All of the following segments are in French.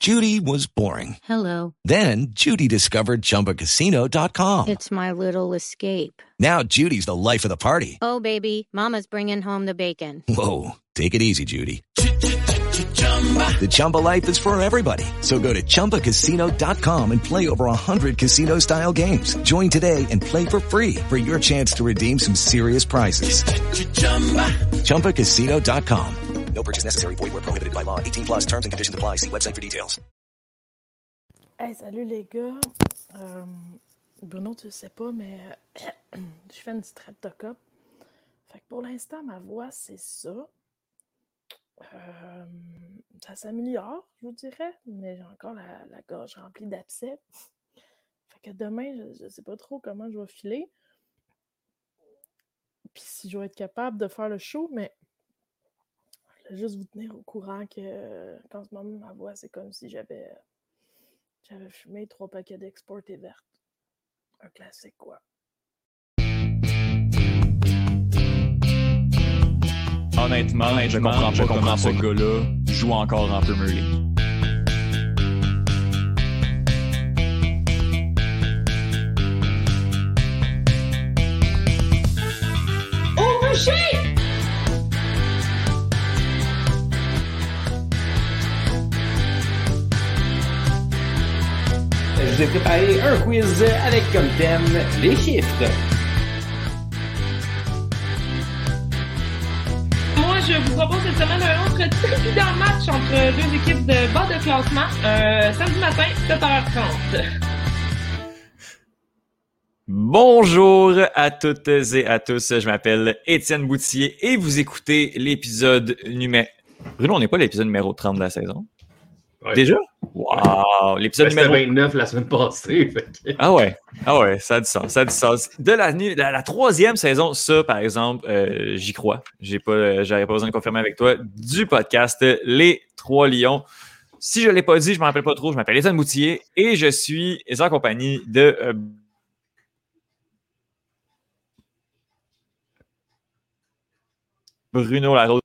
Judy was boring. Hello. Then Judy discovered ChumbaCasino.com. It's my little escape. Now Judy's the life of the party. Oh, baby, mama's bringing home the bacon. Whoa, take it easy, Judy. The Chumba life is for everybody. So go to ChumbaCasino.com and play over 100 casino-style games. Join today and play for free for your chance to redeem some serious prizes. ChumbaCasino.com. No purchase necessary. Void where prohibited by law. 18 plus terms and conditions apply. See website for details. Hey, salut les gars. Bruno, tu le sais pas, mais je fais une streptocoque. Fait que pour l'instant, ma voix, c'est ça. Ça s'améliore, je vous dirais, mais j'ai encore la gorge remplie d'abcès. Fait que demain, je sais pas trop comment je vais filer. Puis si je vais être capable de faire le show, mais je voulais juste vous tenir au courant qu'en ce moment, ma voix, c'est comme si j'avais fumé 3 paquets d'exportées vertes. Un classique, quoi. Honnêtement, je comprends pas comment ce gars-là joue encore en Premier League. Overshape! Je vous ai préparé un quiz avec comme thème les chiffres. Moi, je vous propose cette semaine un autre trépidant match entre deux équipes de bas de classement, samedi matin, 7h30. Bonjour à toutes et à tous, je m'appelle Étienne Boutier et vous écoutez l'épisode numéro... Bruno, on n'est pas l'épisode numéro 30 de la saison? Ouais. Déjà? Wow! L'épisode numéro... C'était 29 la semaine passée. Fait. Ah ouais, ça a du sens. De la troisième saison, ça, par exemple, j'y crois. J'aurais pas besoin de confirmer avec toi, du podcast Les Trois Lions. Si je l'ai pas dit, je me rappelle pas trop, je m'appelle Étienne Boutier et je suis en compagnie de... Bruno Larose.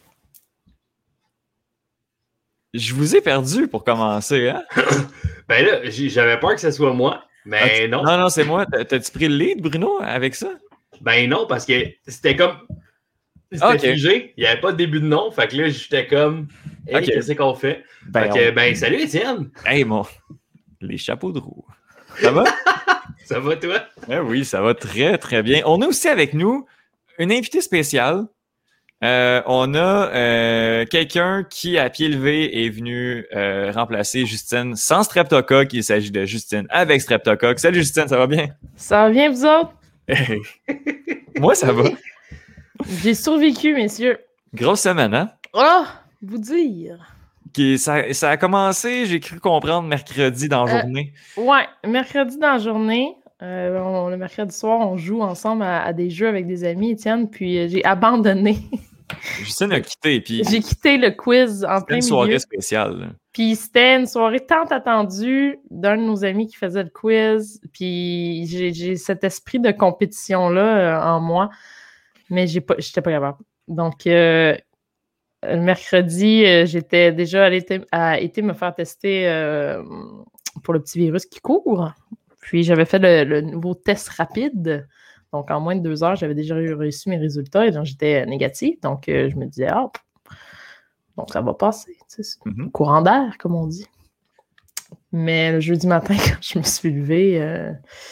Je vous ai perdu pour commencer, hein? Ben là, j'avais peur que ce soit moi, mais non. Non, c'est moi. T'as-tu pris le lead, Bruno, avec ça? Ben non, parce que c'était comme... C'était figé, il n'y avait pas de début de nom, fait que là, j'étais comme... Hey, qu'est-ce qu'on fait? Salut, Étienne! Hey, les chapeaux de roue. Ça va? Ça va, toi? Oui, ça va très, très bien. On a aussi avec nous une invitée spéciale. On a quelqu'un qui, à pied levé, est venu remplacer Justine sans streptocoque. Il s'agit de Justine avec streptocoque. Salut Justine, ça va bien? Ça va bien, vous autres? Moi, ça va. J'ai survécu, messieurs. Grosse semaine, hein? Oh, vous dire. Ça a commencé, j'ai cru comprendre, mercredi dans la journée. Ouais, mercredi dans la journée. Le mercredi soir, on joue ensemble à des jeux avec des amis, Étienne, puis j'ai abandonné. Justine a quitté. Puis j'ai quitté le quiz en plein milieu. C'était une soirée spéciale. Puis c'était une soirée tant attendue d'un de nos amis qui faisait le quiz. Puis j'ai cet esprit de compétition-là en moi, mais j'étais pas capable. Donc, le mercredi, j'étais déjà allée me faire tester pour le petit virus qui court. Puis, j'avais fait le nouveau test rapide. Donc, en moins de 2 heures, j'avais déjà reçu mes résultats et donc j'étais négative. Donc, je me disais, donc ça va passer. C'est courant d'air, comme on dit. Mais le jeudi matin, quand je me suis levée,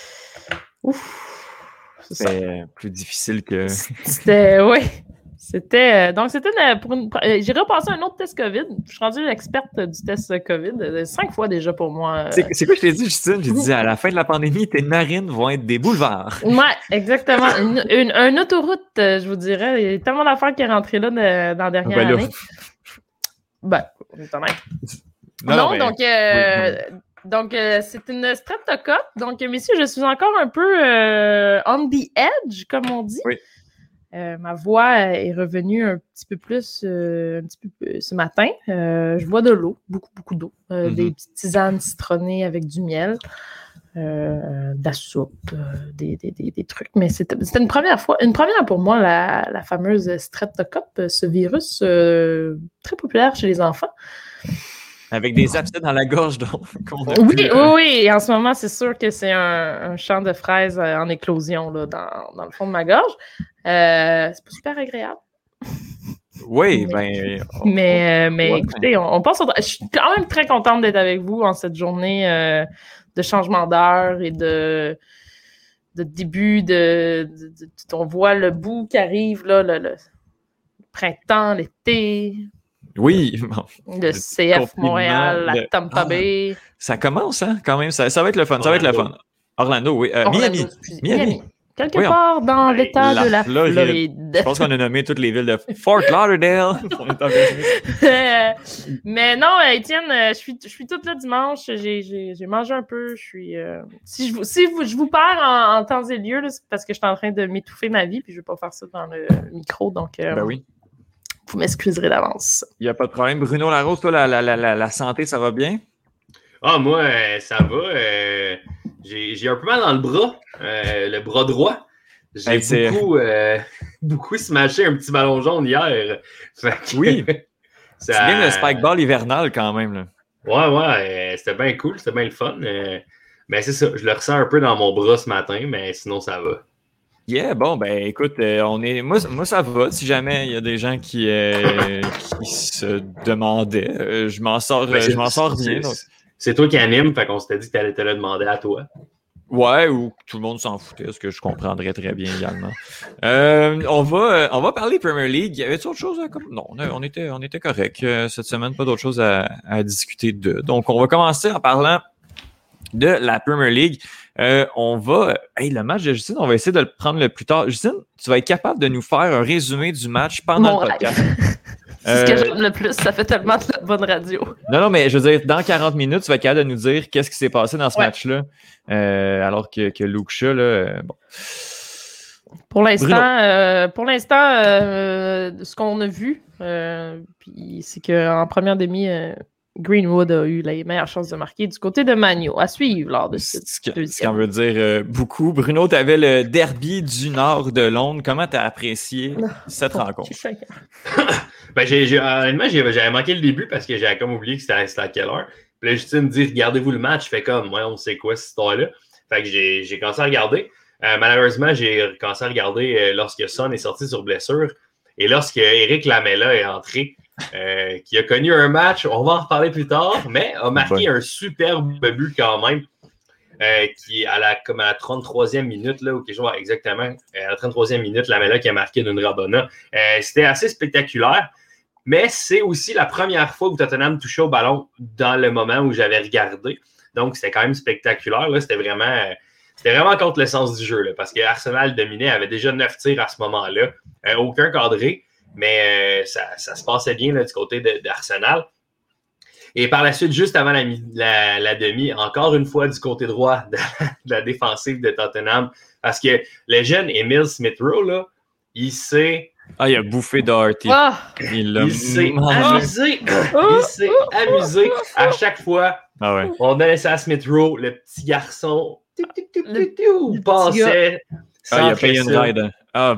c'était plus difficile que... Oui. Donc, j'ai repassé un autre test COVID. Je suis rendue l'experte du test COVID. 5 fois déjà pour moi. C'est quoi je t'ai dit, Justine? J'ai dit, à la fin de la pandémie, tes narines vont être des boulevards. Ouais, exactement. Une autoroute, je vous dirais. Il y a tellement d'affaires qui est rentré là dans la dernière année. Donc, c'est une streptocoque. Donc, messieurs, je suis encore un peu on the edge, comme on dit. Oui. Ma voix est revenue un petit peu plus ce matin. Je bois de l'eau, beaucoup d'eau. Des petites tisanes citronnées avec du miel, de la soupe, des trucs. Mais c'était une première pour moi, la fameuse streptocoque, ce virus très populaire chez les enfants. Avec des abcès dans la gorge, donc. Oui. Et en ce moment, c'est sûr que c'est un champ de fraises en éclosion là, dans le fond de ma gorge. C'est pas super agréable. Oui, mais écoutez, on passe au... Je suis quand même très contente d'être avec vous en cette journée de changement d'heure et de début on voit le bout qui arrive, là, le printemps, l'été. Oui. Le CF Montréal, la Tampa Bay. Ça commence, hein, quand même. Ça va être le fun. Ça va être le fun. Orlando, oui. Miami. Quelque part dans l'état de la Floride. Je pense qu'on a nommé toutes les villes de Fort Lauderdale. Mais non, Étienne, je suis toute là dimanche. J'ai mangé un peu. Si je vous perds en temps et lieu, là, c'est parce que je suis en train de m'étouffer ma vie puis je ne vais pas faire ça dans le micro. Donc, oui. Vous m'excuserez d'avance. Il n'y a pas de problème. Bruno Larose, toi, la santé, ça va bien? Ah, moi, ça va. J'ai un peu mal dans le bras droit. J'ai beaucoup smashé un petit ballon jaune hier. Oui. C'est bien le spike ball hivernal quand même. Là. Ouais, c'était bien cool, c'était bien le fun. Mais c'est ça, je le ressens un peu dans mon bras ce matin, mais sinon ça va. Yeah, bon, écoute, moi ça va. Si jamais il y a des gens qui se demandaient, je m'en sors bien. Donc. C'est toi qui anime, fait qu'on s'était dit que tu allais te le demander à toi. Ouais, ou tout le monde s'en foutait, ce que je comprendrais très bien également. On va parler Premier League. Y avait-il autre chose? Non, on était correct cette semaine, pas d'autre chose à discuter de. Donc, on va commencer en parlant de la Premier League. Le match de Justine, on va essayer de le prendre le plus tard. Justine, tu vas être capable de nous faire un résumé du match pendant le podcast. C'est ce que j'aime le plus, ça fait tellement de la bonne radio. Non, mais je veux dire, dans 40 minutes, tu vas être capable de nous dire qu'est-ce qui s'est passé dans ce match-là, alors que Luke Shaw, là, bon. Pour l'instant, ce qu'on a vu, puis c'est qu'en première demi, Greenwood a eu les meilleures chances de marquer du côté de Manu. À suivre lors de ce deuxième. Ce qu'on veut dire beaucoup. Bruno, tu avais le derby du nord de Londres. Comment tu as apprécié cette rencontre? Honnêtement, j'avais manqué le début parce que j'avais comme oublié que c'était à quelle heure. Puis là, Justine me dit, regardez-vous le match. Je fais comme, ouais, on sait quoi cette histoire-là. Fait que j'ai commencé à regarder. Malheureusement, j'ai commencé à regarder lorsque Son est sorti sur blessure et lorsque Eric Lamela est entré. Qui a connu un match, on va en reparler plus tard, mais a marqué un superbe but quand même, qui à la 33e minute, là, ou quelque chose exactement, à la 33e minute, Lamela qui a marqué d'une Rabona. C'était assez spectaculaire, mais c'est aussi la première fois où Tottenham touchait au ballon dans le moment où j'avais regardé. Donc, c'était quand même spectaculaire. Là. C'était vraiment contre le sens du jeu, là, parce que Arsenal dominait, avait déjà 9 tirs à ce moment-là, aucun cadré. Mais ça se passait bien là, du côté d'Arsenal. Et par la suite, juste avant la demi, encore une fois du côté droit de la défensive de Tottenham, parce que le jeune Emile Smith-Rowe, là, il s'est... il a bouffé Doherty. Il s'est amusé. Il s'est amusé à chaque fois. On donnait ça à Smith-Rowe, le petit garçon. Il passait. Il a payé une ride.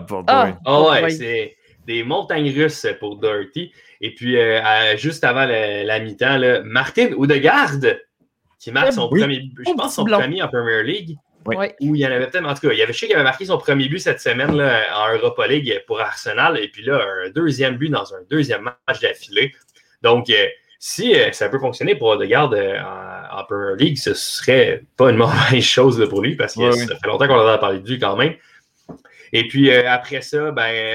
C'est des montagnes russes pour Doherty. Et puis, juste avant la mi-temps, là, Martin Odegaard, qui marque son premier but, je pense son premier en Premier League. Où il y en avait peut-être, en tout cas, je sais qu'il avait marqué son premier but cette semaine là, en Europa League pour Arsenal. Et puis là, un deuxième but dans un deuxième match d'affilée. Donc, si ça peut fonctionner pour Odegaard en Premier League, ce serait pas une mauvaise chose là, pour lui, parce que ça fait longtemps qu'on en a parlé de lui quand même. Et puis, après ça,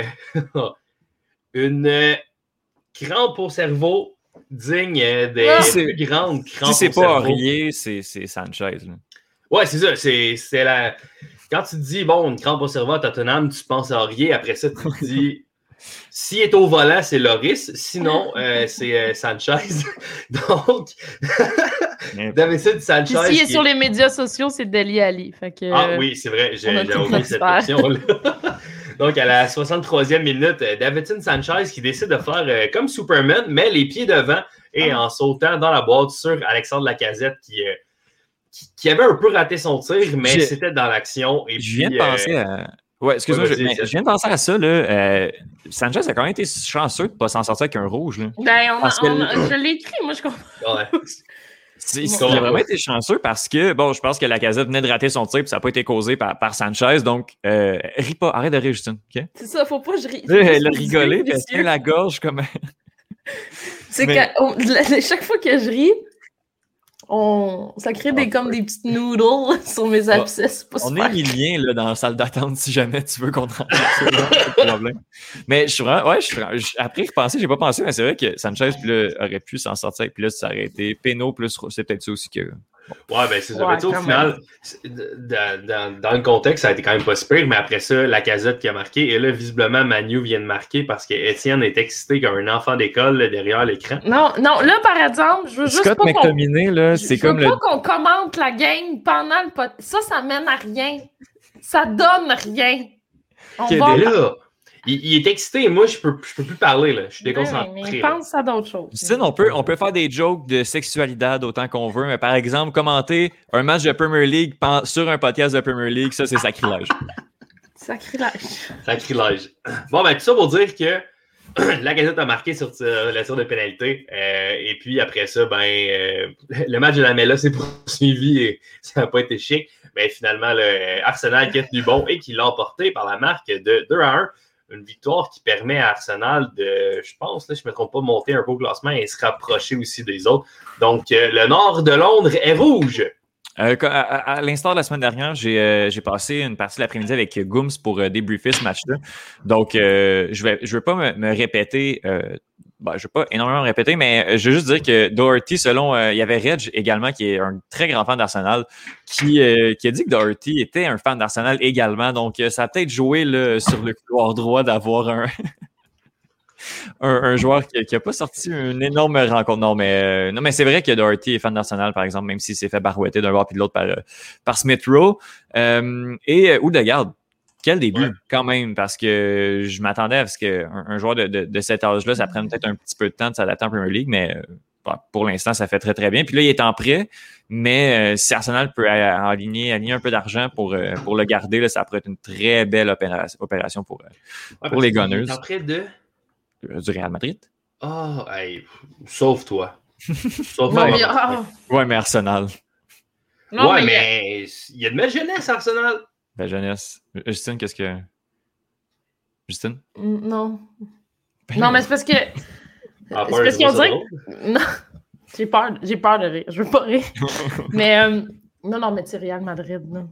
une crampe au cerveau digne des plus grandes crampes au cerveau. Si c'est pas Aurier, c'est Sanchez. Là. Ouais, c'est ça. C'est la... Quand tu te dis, une crampe au cerveau à Tottenham, tu penses à Aurier. Après ça, tu te dis, s'il est au volant, c'est Loris. Sinon, c'est Sanchez. Donc, Davinson Sanchez. S'il est sur les médias sociaux, c'est Dele Alli. Fait que, oui, c'est vrai. J'ai oublié cette option-là. Donc, à la 63e minute, Davinson Sanchez qui décide de faire comme Superman, mais les pieds devant et en sautant dans la boîte sur Alexandre Lacazette qui avait un peu raté son tir, mais c'était dans l'action. Et je viens de penser à... Ouais, excuse-moi, je viens de penser à ça. Là. Sanchez a quand même été chanceux de ne pas s'en sortir avec un rouge. Là. Je l'ai écrit, moi je comprends. Ouais. Il a vraiment été chanceux parce que, bon, je pense que Lacazette venait de rater son tir, puis ça n'a pas été causé par Sanchez. Donc, ris pas, arrête de rire, Justine. Okay? C'est ça, faut pas que je rie. Elle a rigolé, puis elle tient la gorge comme. C'est que chaque fois que je ris, ça crée comme des petites noodles sur mes abscesses. On a mis le lien là, dans la salle d'attente si jamais tu veux qu'on en parle. Mais je suis vraiment. Ouais, après repenser, j'ai pas pensé, mais c'est vrai que Sanchez aurait pu s'en sortir. Puis là, ça aurait été Péno plus. C'est peut-être ça aussi que. Ouais, ben c'est ça. Ouais, au final, dans le contexte, ça a été quand même pas si pire, mais après ça, Lacazette qui a marqué. Et là, visiblement, Manu vient de marquer parce qu'Étienne est excité comme un enfant d'école là, derrière l'écran. Non, là, par exemple, je veux juste Scott pas McTominay, là, c'est comme je veux pas qu'on commente la game pendant le podcast. Ça mène à rien. Ça donne rien. Là, il est excité, moi, je peux plus parler, là. Je suis déconcentré. Mais il pense à d'autres choses. Justine, on peut faire des jokes de sexualité autant qu'on veut, mais par exemple, commenter un match de Premier League sur un podcast de Premier League, ça, c'est sacrilège. Sacrilège. Bon, ben, tout ça pour dire que Lacazette a marqué sur la tir de pénalité. Et puis, après ça, le match de la Mela s'est poursuivi et ça n'a pas été chic. Mais finalement, Arsenal qui a tenu bon et qui l'a emporté par la marque de 2-1. Une victoire qui permet à Arsenal de, je pense, là, je ne me trompe pas, monter un beau classement et se rapprocher aussi des autres. Donc, le nord de Londres est rouge. À l'instar de la semaine dernière, j'ai passé une partie de l'après-midi avec Gooms pour débriefer ce match-là. Donc, je veux pas me répéter. Je ne veux pas énormément me répéter, mais je veux juste dire que Doherty, selon... il y avait Reg également, qui est un très grand fan d'Arsenal, qui a dit que Doherty était un fan d'Arsenal également. Donc, ça a peut-être joué là, sur le couloir droit d'avoir un joueur qui n'a pas sorti une énorme rencontre. Non, mais c'est vrai que Doherty est fan d'Arsenal, par exemple, même s'il s'est fait barouetter d'un bord puis de l'autre par Smith Rowe. Et Odegaard. Quel début, quand même, parce que je m'attendais à ce qu'un joueur de cet âge-là, ça prenne peut-être un petit peu de temps de s'adapter en Premier League, mais pour l'instant, ça fait très, très bien. Puis là, il est en prêt, mais si Arsenal peut aligner un peu d'argent pour le garder, là, ça pourrait être une très belle opération pour les Gunners. Il est en prêt du Real Madrid. Ah, hey, sauve-toi. Ouais, mais Arsenal. Non, mais il y a de belle jeunesse, Arsenal. La jeunesse. Justine, qu'est-ce que... Justine? Non. Non, mais c'est parce que... c'est parce qu'on dirait que... Non. J'ai peur de rire. Je veux pas rire. Mais... Non, mais c'est Real Madrid, non.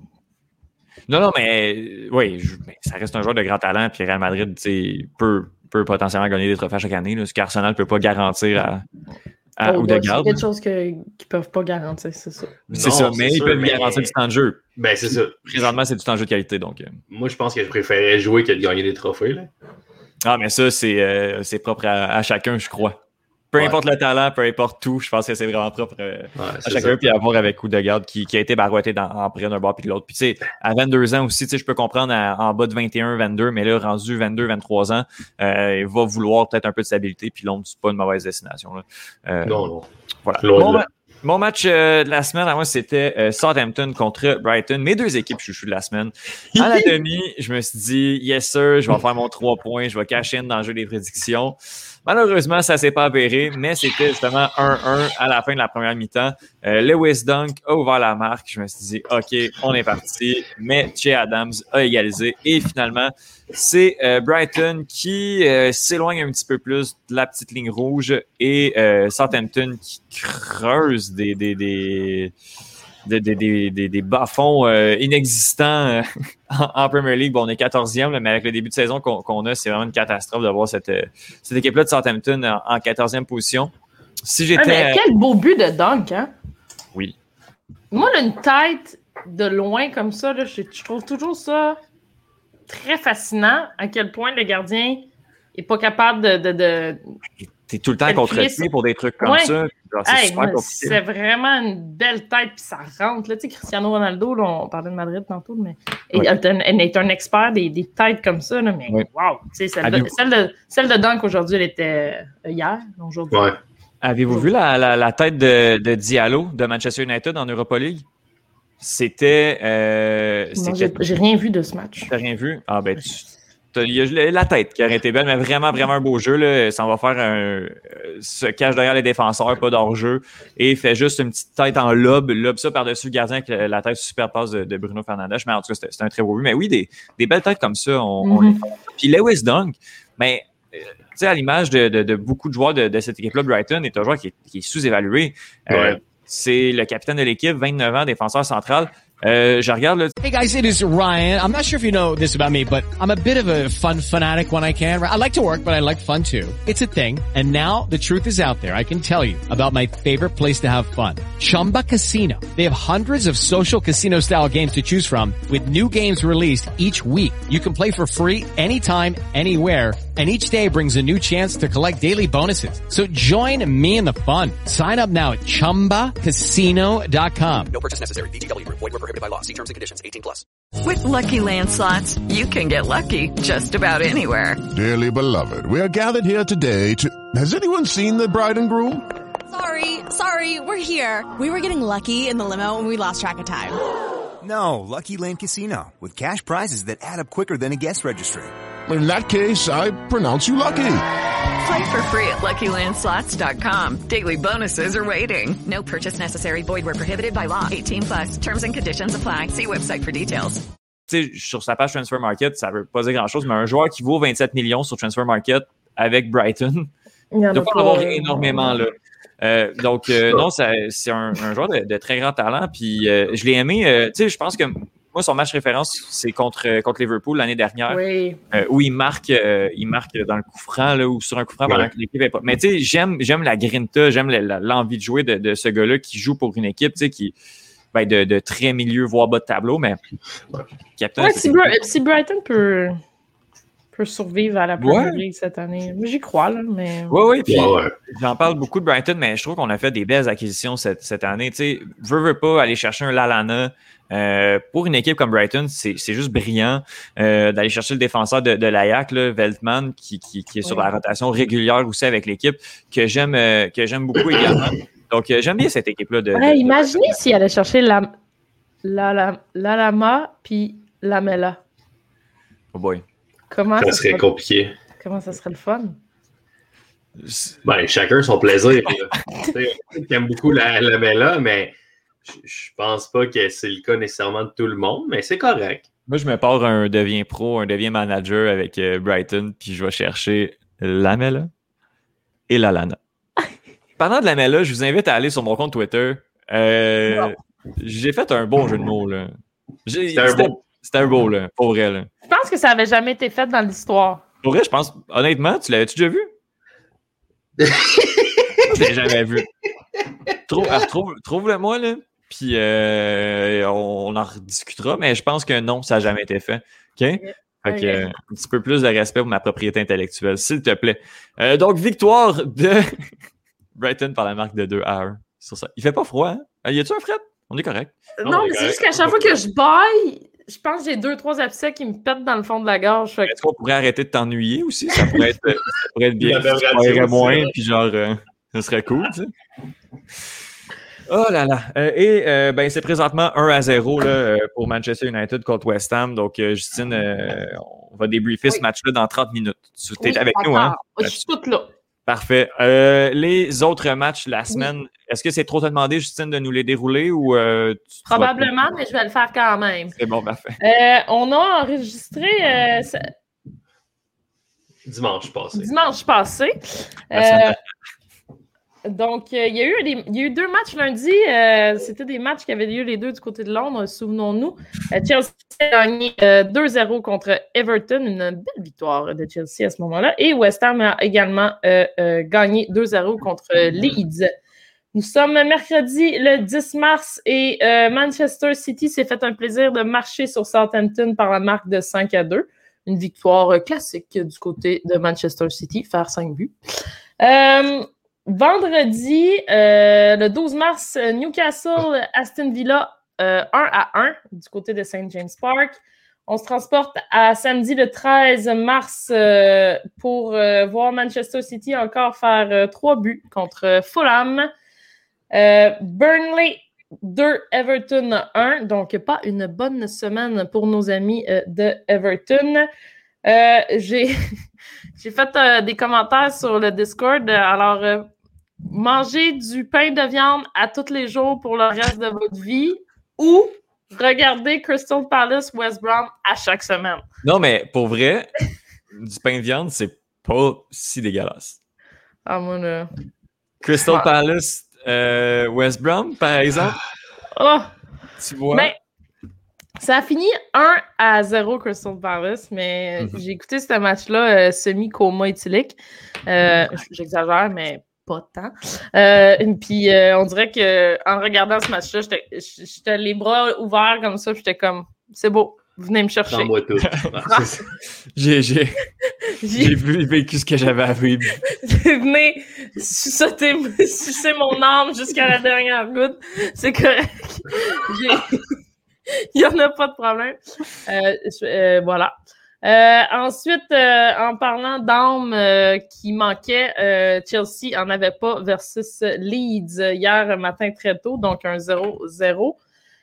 Non, mais... Oui, mais ça reste un joueur de grand talent, puis Real Madrid, peut potentiellement gagner des trophées chaque année, là, ce qu'Arsenal ne peut pas garantir à Odegaard. C'est quelque chose qu'ils ne peuvent pas garantir, c'est ça. C'est ça, mais ils peuvent garantir du temps de jeu. Ben, c'est ça. Présentement, c'est du temps de jeu de qualité, donc... Moi, je pense que je préférais jouer que de gagner des trophées, là. Ah, mais ça, c'est propre à chacun, je crois. Peu importe le talent, peu importe tout, je pense que c'est vraiment propre à chacun. Puis à voir avec Odegaard qui a été barouetté en près d'un bord puis de l'autre. Puis tu sais, à 22 ans aussi, tu sais, je peux comprendre en bas de 21, 22, mais là, rendu 22, 23 ans, il va vouloir peut-être un peu de stabilité. Puis Londres, c'est pas une mauvaise destination. Là. Non. Voilà. Mon match de la semaine, à moi, c'était Southampton contre Brighton. Mes deux équipes chouchou de la semaine. À la demi, je me suis dit, yes sir, je vais faire mon 3 points, je vais cacher in dans le jeu des prédictions. Malheureusement, ça ne s'est pas avéré, mais c'était justement 1-1 à la fin de la première mi-temps. Lewis Dunk a ouvert la marque. Je me suis dit, OK, on est parti. Mais Che Adams a égalisé. Et finalement, c'est Brighton qui s'éloigne un petit peu plus de la petite ligne rouge et Southampton qui creuse des bas-fonds inexistants en Premier League. Bon, on est 14e, mais avec le début de saison qu'on a, c'est vraiment une catastrophe de voir cette équipe-là de Southampton en 14e position. Si j'étais... mais quel beau but de Dunk, hein? Oui. Moi, là, une tête de loin comme ça, là, je trouve toujours ça très fascinant, à quel point le gardien n'est pas capable de... T'es tout le temps contre-pied pour des trucs comme ça. Genre, c'est vraiment une belle tête, puis ça rentre. Là, tu sais, Cristiano Ronaldo, là, on parlait de Madrid tantôt, mais il est un expert des têtes comme ça. Là, mais wow! Celle de Dunk aujourd'hui, elle était hier. Aujourd'hui. Ouais. Avez-vous vu la tête de Diallo de Manchester United en Europa League? C'était... Non, j'ai rien vu de ce match. T'as rien vu? Ah ben, Il y a la tête qui aurait été belle, mais vraiment, vraiment un beau jeu. Là. Ça va faire se cache derrière les défenseurs, pas d'hors-jeu, et fait juste une petite tête en lobe ça par-dessus le gardien avec la tête super passe de Bruno Fernandes. Mais en tout cas, c'était un très beau but. Mais oui, des belles têtes comme ça, on les fait. Puis Lewis Dunk, mais tu sais, à l'image de beaucoup de joueurs de cette équipe-là, Brighton est un joueur qui est sous-évalué. C'est le capitaine de l'équipe, 29 ans, défenseur central. Je regarde là. Hey guys, it is Ryan. I'm not sure if you know this about me, but I'm a bit of a fun fanatic when I can. I like to work, but I like fun too. It's a thing. And now the truth is out there. I can tell you about my favorite place to have fun. Chumba Casino. They have hundreds of social casino style games to choose from with new games released each week. You can play for free anytime, anywhere. And each day brings a new chance to collect daily bonuses. So join me in the fun. Sign up now at ChumbaCasino.com. No purchase necessary. VGW Group. Void where prohibited by law. See terms and conditions. 18+. With Lucky Land Slots, you can get lucky just about anywhere. Dearly beloved, we are gathered here today to... Has anyone seen the bride and groom? Sorry, we're here. We were getting lucky in the limo and we lost track of time. No, Lucky Land Casino, with cash prizes that add up quicker than a guest registry. In that case, I pronounce you lucky. Play for free at LuckyLandSlots.com. Daily bonuses are waiting. No purchase necessary. Void where prohibited by law. 18+. Terms and conditions apply. See website for details. Tu sais, sur sa page Transfer Market, ça veut pas dire grand-chose, mais un joueur qui vaut 27 millions sur Transfer Market avec Brighton, il ne doit pas en avoir énormément là. Non, c'est un joueur de très grand talent. Puis je l'ai aimé. Tu sais, je pense que moi, son match référence, c'est contre Liverpool l'année dernière, où il marque dans le coup franc là, ou sur un coup franc pendant que l'équipe est pas. Mais tu sais, j'aime la grinta, j'aime l'envie de jouer de ce gars-là qui joue pour une équipe, tu sais, qui de très milieu, voire bas de tableau, mais Captain. Si Brighton peut survivre à la Premier League cette année. J'y crois, là, mais... Oui, puis j'en parle beaucoup de Brighton, mais je trouve qu'on a fait des belles acquisitions cette année. Tu sais, veux pas aller chercher un Lallana. Pour une équipe comme Brighton, c'est juste brillant d'aller chercher le défenseur de l'Ajax, Veltman, qui est sur la rotation régulière aussi avec l'équipe, que j'aime beaucoup également. Donc, j'aime bien cette équipe-là. Imaginez s'il allait chercher Lalama puis Lamela. Oh boy. Ça serait compliqué. Comment ça serait le fun? Ben, chacun son plaisir. J'aime beaucoup la Lamela, mais je pense pas que c'est le cas nécessairement de tout le monde, mais c'est correct. Moi, je me pars un devient pro, un devient manager avec Brighton, puis je vais chercher Lamela et Lallana. Parlant de Lamela, je vous invite à aller sur mon compte Twitter. J'ai fait un bon jeu de mots, là. C'était un beau, là, pour vrai, là. Je pense que ça avait jamais été fait dans l'histoire. Pour vrai, je pense, honnêtement, tu l'avais-tu déjà vu? Je l'ai jamais vu. Trouve-le-moi, là. Puis on en rediscutera, mais je pense que non, ça n'a jamais été fait. OK? Fait que, un petit peu plus de respect pour ma propriété intellectuelle, s'il te plaît. Donc, victoire de Brighton par la marque de 2-1 sur ça. Il fait pas froid, hein? Y a-tu un fret? On est correct. Non, mais c'est juste qu'à chaque fois que je baille, je pense que j'ai 2-3 abcès qui me pètent dans le fond de la gorge. Est-ce qu'on pourrait arrêter de t'ennuyer aussi? Ça pourrait être bien. Ça irait moins, puis genre, ça serait cool, tu sais. Oh là là. C'est présentement 1-0 là, pour Manchester United contre West Ham. Donc, Justine, on va débriefer ce match-là dans 30 minutes. Tu es avec nous, hein? Je suis toute là. Parfait. Les autres matchs la semaine, est-ce que c'est trop te demander, Justine, de nous les dérouler ou probablement, mais je vais le faire quand même. C'est bon, parfait. On a enregistré dimanche passé. Donc, il y a eu 2 matchs lundi. C'était des matchs qui avaient lieu les deux du côté de Londres, souvenons-nous. Chelsea a gagné 2-0 contre Everton, une belle victoire de Chelsea à ce moment-là. Et West Ham a également gagné 2-0 contre Leeds. Nous sommes mercredi le 10 mars et Manchester City s'est fait un plaisir de marcher sur Southampton par la marque de 5-2. Une victoire classique du côté de Manchester City, faire 5 buts. Vendredi, le 12 mars, Newcastle, Aston Villa, 1-1 du côté de St. James Park. On se transporte à samedi le 13 mars pour voir Manchester City encore faire 3 buts contre Fulham. Burnley 2, Everton 1. Donc, pas une bonne semaine pour nos amis de Everton. J'ai fait des commentaires sur le Discord. Alors, mangez du pain de viande à tous les jours pour le reste de votre vie ou regardez Crystal Palace West Brom à chaque semaine. Non, mais pour vrai, du pain de viande, c'est pas si dégueulasse. Ah, moi, là... Crystal Palace West Brom, par exemple. Oh! Tu vois? Ben, ça a fini 1-0 Crystal Palace, mais j'ai écouté ce match-là semi-coma éthylique. J'exagère, mais pas tant. Puis on dirait qu'en regardant ce match-là, j'étais les bras ouverts comme ça, puis j'étais comme, c'est beau, venez me chercher. Prends-moi tout. J'ai vécu ce que j'avais à vivre. Venez sucer mon âme jusqu'à la dernière goutte. C'est correct. Il n'y en a pas de problème. Voilà. Ensuite, en parlant d'âme qui manquait, Chelsea en avait pas versus Leeds hier matin très tôt, donc un 0-0.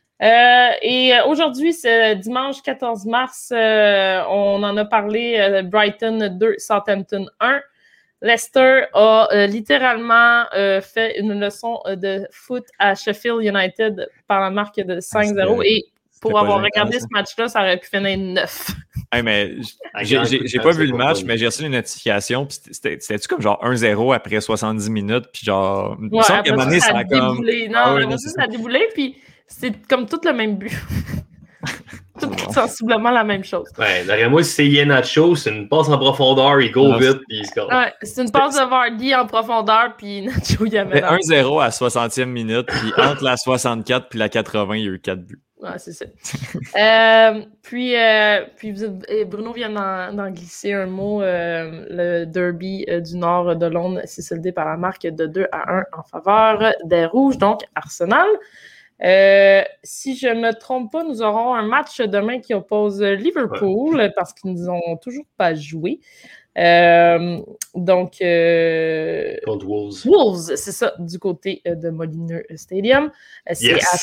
Et aujourd'hui, c'est dimanche 14 mars, on en a parlé, Brighton 2, Southampton 1. Leicester a littéralement fait une leçon de foot à Sheffield United par la marque de 5-0. Et pour avoir regardé ce match-là, ça aurait pu finir 9. Hey, mais j'ai pas vu le match, mais j'ai reçu une notification. C'était-tu comme genre 1-0 après 70 minutes? Puis genre, il me semble qu'à un moment donné, ça a comme. Non, ça a déboulé, puis c'est comme tout le même but. Tout sensiblement la même chose. Ouais, derrière moi, si c'est Iheanacho, c'est une passe en profondeur, il go vite, puis il score. Ouais, c'est une passe de Vardy en profondeur, puis Nacho, il y a C'était 1-0 à 60e minute, puis entre la 64 puis la 80, il y a eu 4 buts. Ouais, c'est ça. Puis Bruno vient d'en glisser un mot. Le derby du nord de Londres s'est soldé par la marque de 2-1 en faveur des Rouges, donc Arsenal. Si je ne me trompe pas, nous aurons un match demain qui oppose Liverpool parce qu'ils nous ont toujours pas joué. Donc, contre Wolves. Wolves, c'est ça, du côté de Molineux Stadium. C'est à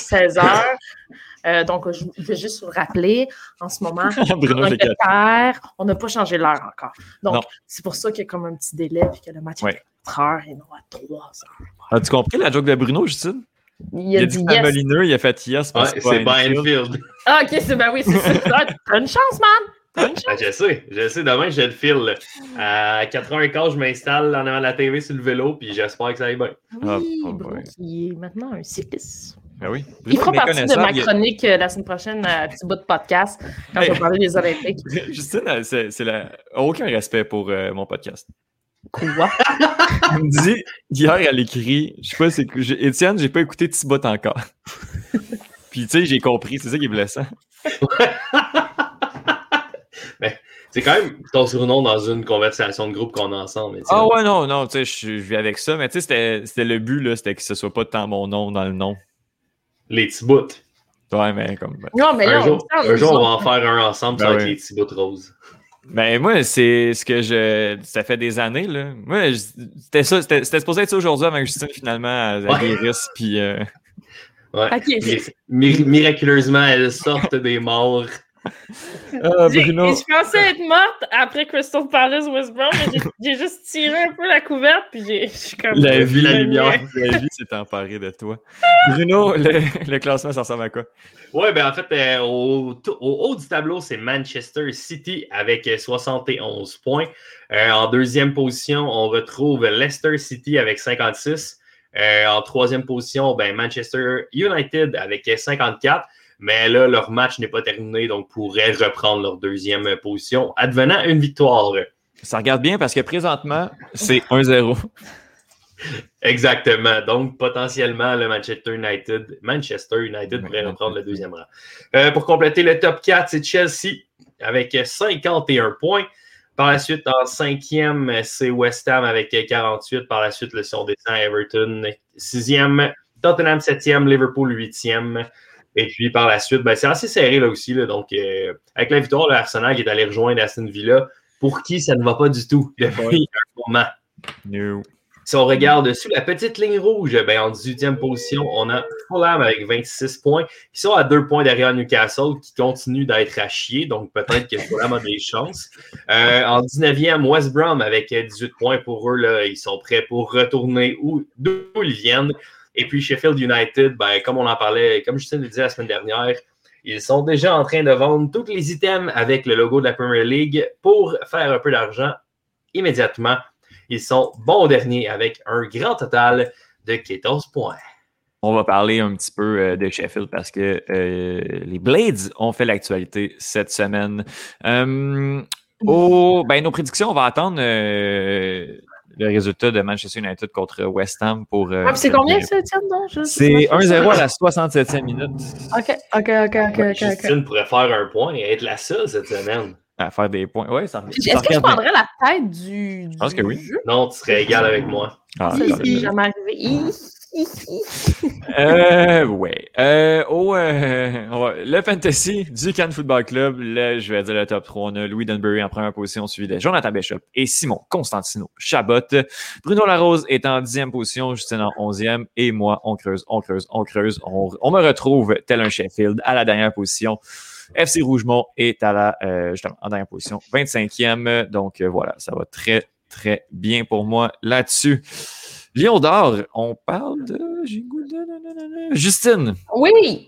16h. Donc, je vais juste vous rappeler, en ce moment, en Angleterre, on n'a pas changé l'heure encore. Donc, c'est pour ça qu'il y a comme un petit délai puis que le match est à 4h et non à 3h. As-tu compris la joke de Bruno, Justine? Il a dit yes. Molineux, il a fait yes. C'est Bainfield. Ah, ok, c'est oui, c'est ça. T'as une chance, man! Je sais. Demain, j'ai le fil. À 4h15, je m'installe en avant de la TV sur le vélo, puis j'espère que ça aille bien. Oui, Bruno qui est maintenant un cycliste. Ben oui. Il fera partie de ma chronique la semaine prochaine à petit bout de podcast quand je vais parler des Olympiques. Justine, aucun respect pour mon podcast. Quoi? Elle me dit, hier, elle écrit, je sais pas, c'est Étienne, j'ai pas écouté Thibaut encore. Puis, tu sais, j'ai compris, c'est ça qui est blessant. Mais c'est quand même ton surnom dans une conversation de groupe qu'on a ensemble. Étienne. Ah ouais, non, tu sais, je vis avec ça, mais tu sais, c'était le but, là, c'était que ce soit pas tant mon nom dans le nom. Les Thibaut. Ouais, mais comme. Non, mais là, un jour, on va en faire un ensemble, ça va être les Thibaut roses. Ben moi, c'est ce que ça fait des années, là. Moi, c'était supposé être ça aujourd'hui avec Justine, finalement, à Iris, puis... Ouais. Okay. Miraculeusement, elles sortent des morts. Bruno. Je pensais être morte après Crystal Palace West Brom, mais j'ai juste tiré un peu la couverte, puis je suis comme... La vie s'est emparée de toi. Bruno, le classement, ça ressemble à quoi? Oui, ben en fait, au haut du tableau, c'est Manchester City avec 71 points. En deuxième position, on retrouve Leicester City avec 56. En troisième position, ben, Manchester United avec 54. Mais là, leur match n'est pas terminé, donc pourraient reprendre leur deuxième position, advenant une victoire. Ça regarde bien parce que présentement, c'est 1-0. Exactement. Donc, potentiellement, le Manchester United pourrait reprendre le deuxième rang. Pour compléter le top 4, c'est Chelsea avec 51 points. Par la suite, en cinquième, c'est West Ham avec 48. Par la suite, si on descend, Everton 6e, Tottenham 7e, Liverpool 8e. Et puis, par la suite, ben, c'est assez serré là aussi. Là, donc, avec la victoire, l'Arsenal qui est allé rejoindre Aston Villa, pour qui ça ne va pas du tout depuis un moment. No. Si on regarde sous la petite ligne rouge, en 18e position, on a Fulham avec 26 points. Ils sont à 2 points derrière Newcastle, qui continue d'être à chier. Donc, peut-être que Fulham a des chances. En 19e, West Brom avec 18 points pour eux. Là, ils sont prêts pour retourner d'où ils viennent. Et puis, Sheffield United, comme on en parlait, comme Justine le disait la semaine dernière, ils sont déjà en train de vendre tous les items avec le logo de la Premier League pour faire un peu d'argent immédiatement. Ils sont bons derniers avec un grand total de 14 points. On va parler un petit peu de Sheffield parce que les Blades ont fait l'actualité cette semaine. Nos prédictions, on va attendre le résultat de Manchester United contre West Ham pour... c'est combien ça, Étienne? C'est 1-0 à la 67e minute. OK. Justine pourrait faire un point et être la seule cette semaine. À faire des points. Ouais, ça Est-ce que je prendrais la tête du Je pense que oui. jeu? Non, tu serais égal avec moi. C'est jamais arrivé. Le fantasy du Cannes Football Club, je vais dire le top 3. On a Louis Dunbury en première position, suivi de Jonathan Bishop et Simon Constantino Chabot. Bruno Larose est en 10e position, Justine en 11e, et moi, on creuse. On me retrouve tel un Sheffield à la dernière position. FC Rougemont est justement en dernière position, 25e. Donc voilà, ça va très, très bien pour moi là-dessus. Lion d'or, on parle de... Justine. Oui.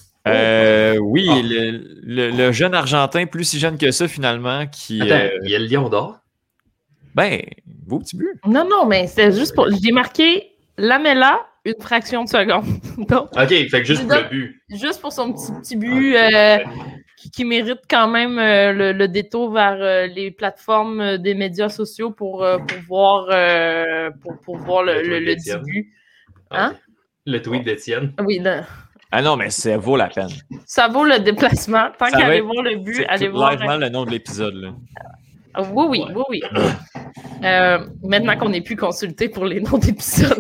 Le jeune Argentin, plus si jeune que ça finalement, qui... Attends, il y a le Lion d'or? Beau petit but. Non, mais c'est juste pour... J'ai marqué Lamela, une fraction de seconde. Donc, OK, fait que juste pour le but. Juste pour son petit but qui mérite quand même le détour vers les plateformes des médias sociaux pour voir le début. Hein? Le tweet d'Étienne. Oui, Ah non, mais ça vaut la peine. Ça vaut le déplacement. Tant qu'à aller voir le but, allez voir. Livement le nom de l'épisode, là. Oui. Maintenant qu'on n'est plus consulté pour les noms d'épisodes.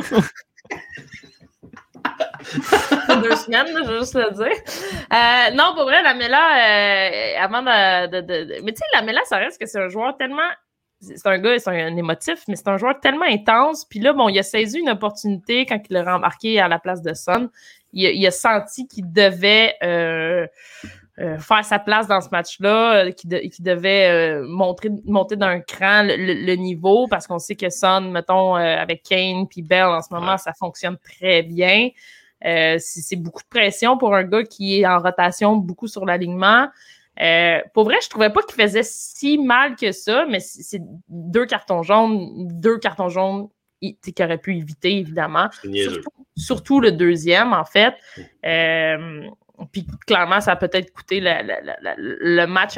2 semaines, je veux juste le dire. Non, pour vrai, Lamela, avant de... Mais tu sais, Lamela, ça reste que c'est un joueur tellement... C'est un gars, c'est un émotif, mais c'est un joueur tellement intense. Puis là, il a saisi une opportunité quand il l'a rembarqué à la place de Son. Il a senti qu'il devait faire sa place dans ce match-là, qu'il devait monter d'un cran le niveau, parce qu'on sait que Son, mettons, avec Kane puis Bell en ce moment, ça fonctionne très bien. C'est beaucoup de pression pour un gars qui est en rotation beaucoup sur l'alignement. Pour vrai, je trouvais pas qu'il faisait si mal que ça, mais c'est 2 cartons jaunes qu'il aurait pu éviter, évidemment. Surtout le deuxième, en fait. Puis clairement, ça a peut-être coûté le match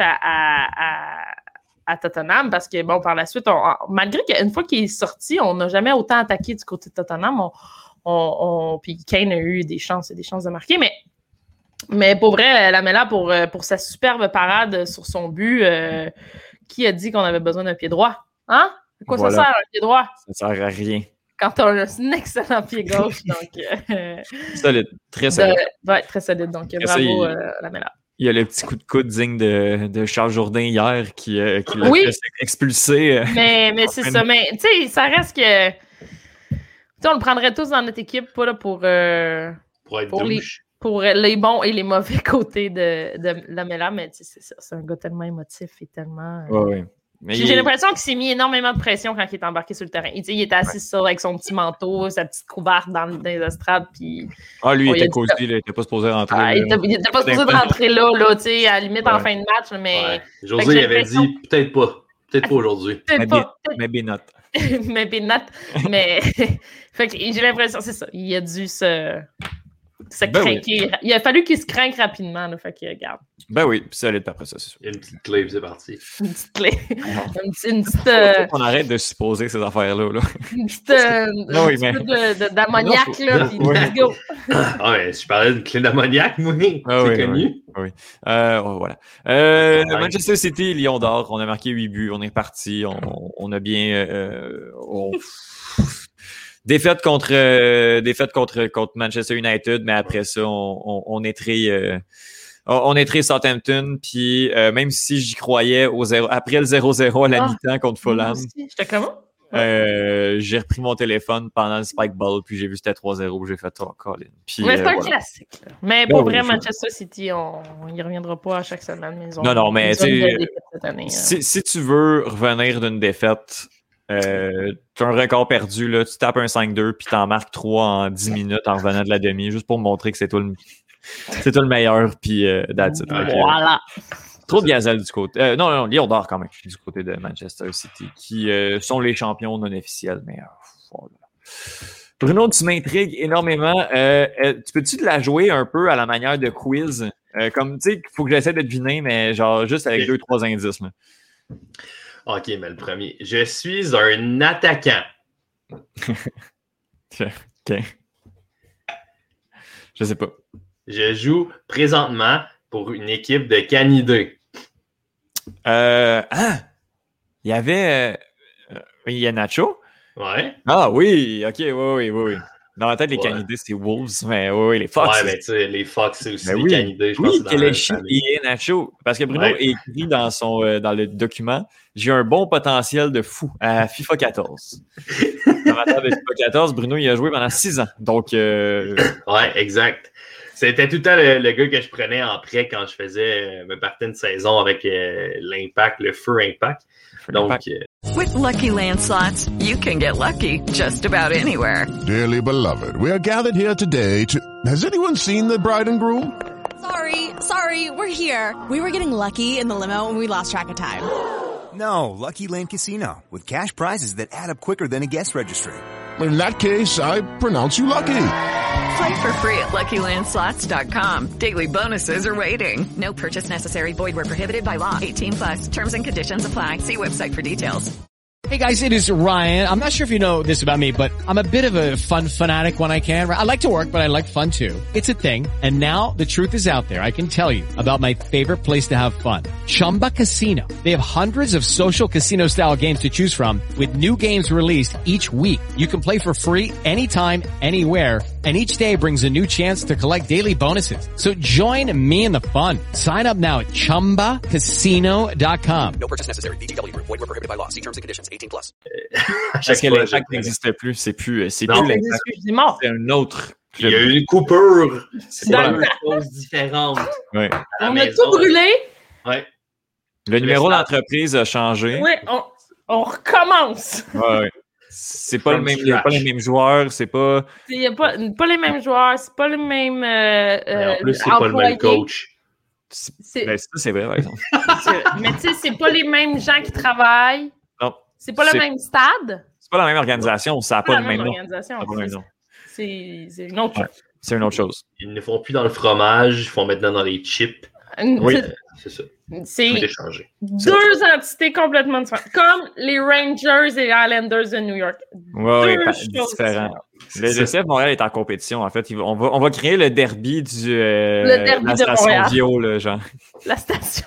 à Tottenham, parce que, par la suite, malgré qu'une fois qu'il est sorti, on n'a jamais autant attaqué du côté de Tottenham. Puis Kane a eu des chances de marquer, mais pour vrai, Lamela, pour sa superbe parade sur son but, qui a dit qu'on avait besoin d'un pied droit? Hein? À quoi ça sert, un pied droit? Ça sert à rien. Quand on a un excellent pied gauche, donc... solide, très solide. Très solide, donc bravo, Lamela. Il y a le petit coup de coude digne de Charles Jourdain hier qui l'a fait expulser. Mais c'est ça, mais tu sais, ça reste que... on le prendrait tous dans notre équipe, pas là pour être pour les bons et les mauvais côtés de Lamela, mais c'est ça, c'est un gars tellement émotif et tellement... Oui. J'ai l'impression qu'il s'est mis énormément de pression quand il est embarqué sur le terrain. Il était assis avec son petit manteau, sa petite couverte dans les estrades. Puis, lui, il était cosy, il n'était pas supposé rentrer. Il n'était pas supposé rentrer là, à la limite en fin de match. Mais... Ouais. José il avait dit peut-être pas aujourd'hui. Maybe not. Maybe not. Mais fait que j'ai l'impression, c'est ça. Il a dû se craquer. Oui. Il a fallu qu'il se craque rapidement. Là, fait qu'il regarde. Oui, puis solide après ça, c'est sûr. Il y a une petite clé, puis c'est parti. Une petite clé. une petite. On arrête de supposer ces affaires-là. Une petite. D'ammoniac, là, puis let's go. Je parlais d'une clé d'ammoniac, moi. C'est connu. Oui. Voilà. Manchester City, Lion d'or. On a marqué 8 buts. On est reparti. On a bien. Défaite contre Manchester United, mais après ça, on est très Southampton, puis même si j'y croyais après le 0-0 à la mi-temps contre Fulham. J'étais comment? J'ai repris mon téléphone pendant le Spike Ball, puis j'ai vu que c'était 3-0, j'ai fait Colin. Puis, mais c'est un classique. Là. Mais pour vrai, oui, Manchester City, on n'y reviendra pas à chaque semaine. Mais non, mais cette année, si tu veux revenir d'une défaite, tu as un record perdu, là, tu tapes un 5-2, puis t'en marques 3 en 10 minutes en revenant de la demi, juste pour montrer que c'est toi le meilleur, puis that's it. Voilà. Trop de gazelle du côté. Non, Lion d'or quand même, du côté de Manchester City, qui sont les champions non officiels. Mais voilà. Bruno, tu m'intrigues énormément. Tu peux-tu te la jouer un peu à la manière de quiz? Comme, tu sais, il faut que j'essaie de deviner, mais genre juste avec 2-3 indices. Là. OK, mais le premier. Je suis un attaquant. OK. Je sais pas. Je joue présentement pour une équipe de canidés. Il y avait Nacho? Ouais. Ah oui, OK, oui. Dans la tête, les canidés, c'est Wolves, mais oui, les Fox. Ouais, mais tu sais, les Fox, c'est aussi les canidés. Oui, Kelechi et Nacho. Parce que Bruno a écrit dans le document, j'ai un bon potentiel de fou à FIFA 14. Amateur de FIFA 14, Bruno, il a joué pendant 6 ans. Donc, ouais, exact. C'était tout le temps le gars que je prenais en prêt quand je faisais me partais une saison avec l'Impact, le Feu Impact. Donc, With Lucky Land Slots, you can get lucky just about anywhere. Dearly beloved, we are gathered here today to... Has anyone seen the bride and groom? Sorry, we're here. We were getting lucky in the limo and we lost track of time. No, Lucky Land Casino, with cash prizes that add up quicker than a guest registry. In that case, I pronounce you lucky. Play for free at LuckyLandSlots.com. Daily bonuses are waiting. No purchase necessary. Void where prohibited by law. 18+. Terms and conditions apply. See website for details. Hey guys, it is Ryan. I'm not sure if you know this about me, but I'm a bit of a fun fanatic when I can. I like to work, but I like fun too. It's a thing. And now the truth is out there. I can tell you about my favorite place to have fun. Chumba Casino. They have hundreds of social casino style games to choose from with new games released each week. You can play for free anytime, anywhere. And each day brings a new chance to collect daily bonuses. So join me in the fun. Sign up now at ChumbaCasino.com. No purchase necessary. VGW Group. Void where prohibited by law. See terms and conditions. 18+. Parce que l'Impact n'existe plus. C'est plus l'Impact. C'est un autre. Il y a eu une coupure. C'est une chose différente. Ouais. On a tout brûlé. Ouais. Le numéro d'entreprise a changé. Oui, on recommence. Ouais. C'est pas les mêmes joueurs, c'est pas... Il n'y a pas les mêmes joueurs, c'est pas les mêmes en plus, c'est pas le même coach. C'est vrai, par exemple. Mais tu sais, c'est pas les mêmes gens qui travaillent. Non. C'est pas le même stade. C'est pas la même organisation, ça n'a pas le même nom. C'est une autre chose. C'est une autre chose. Ils ne font plus dans le fromage, ils font maintenant dans les chips. Oui. C'est ça. C'est deux entités complètement différentes. Comme les Rangers et les Islanders de New York. Oui, différents. Le CF Montréal est en compétition, en fait. On va créer le derby de la station Montréal. bio, là, genre. La station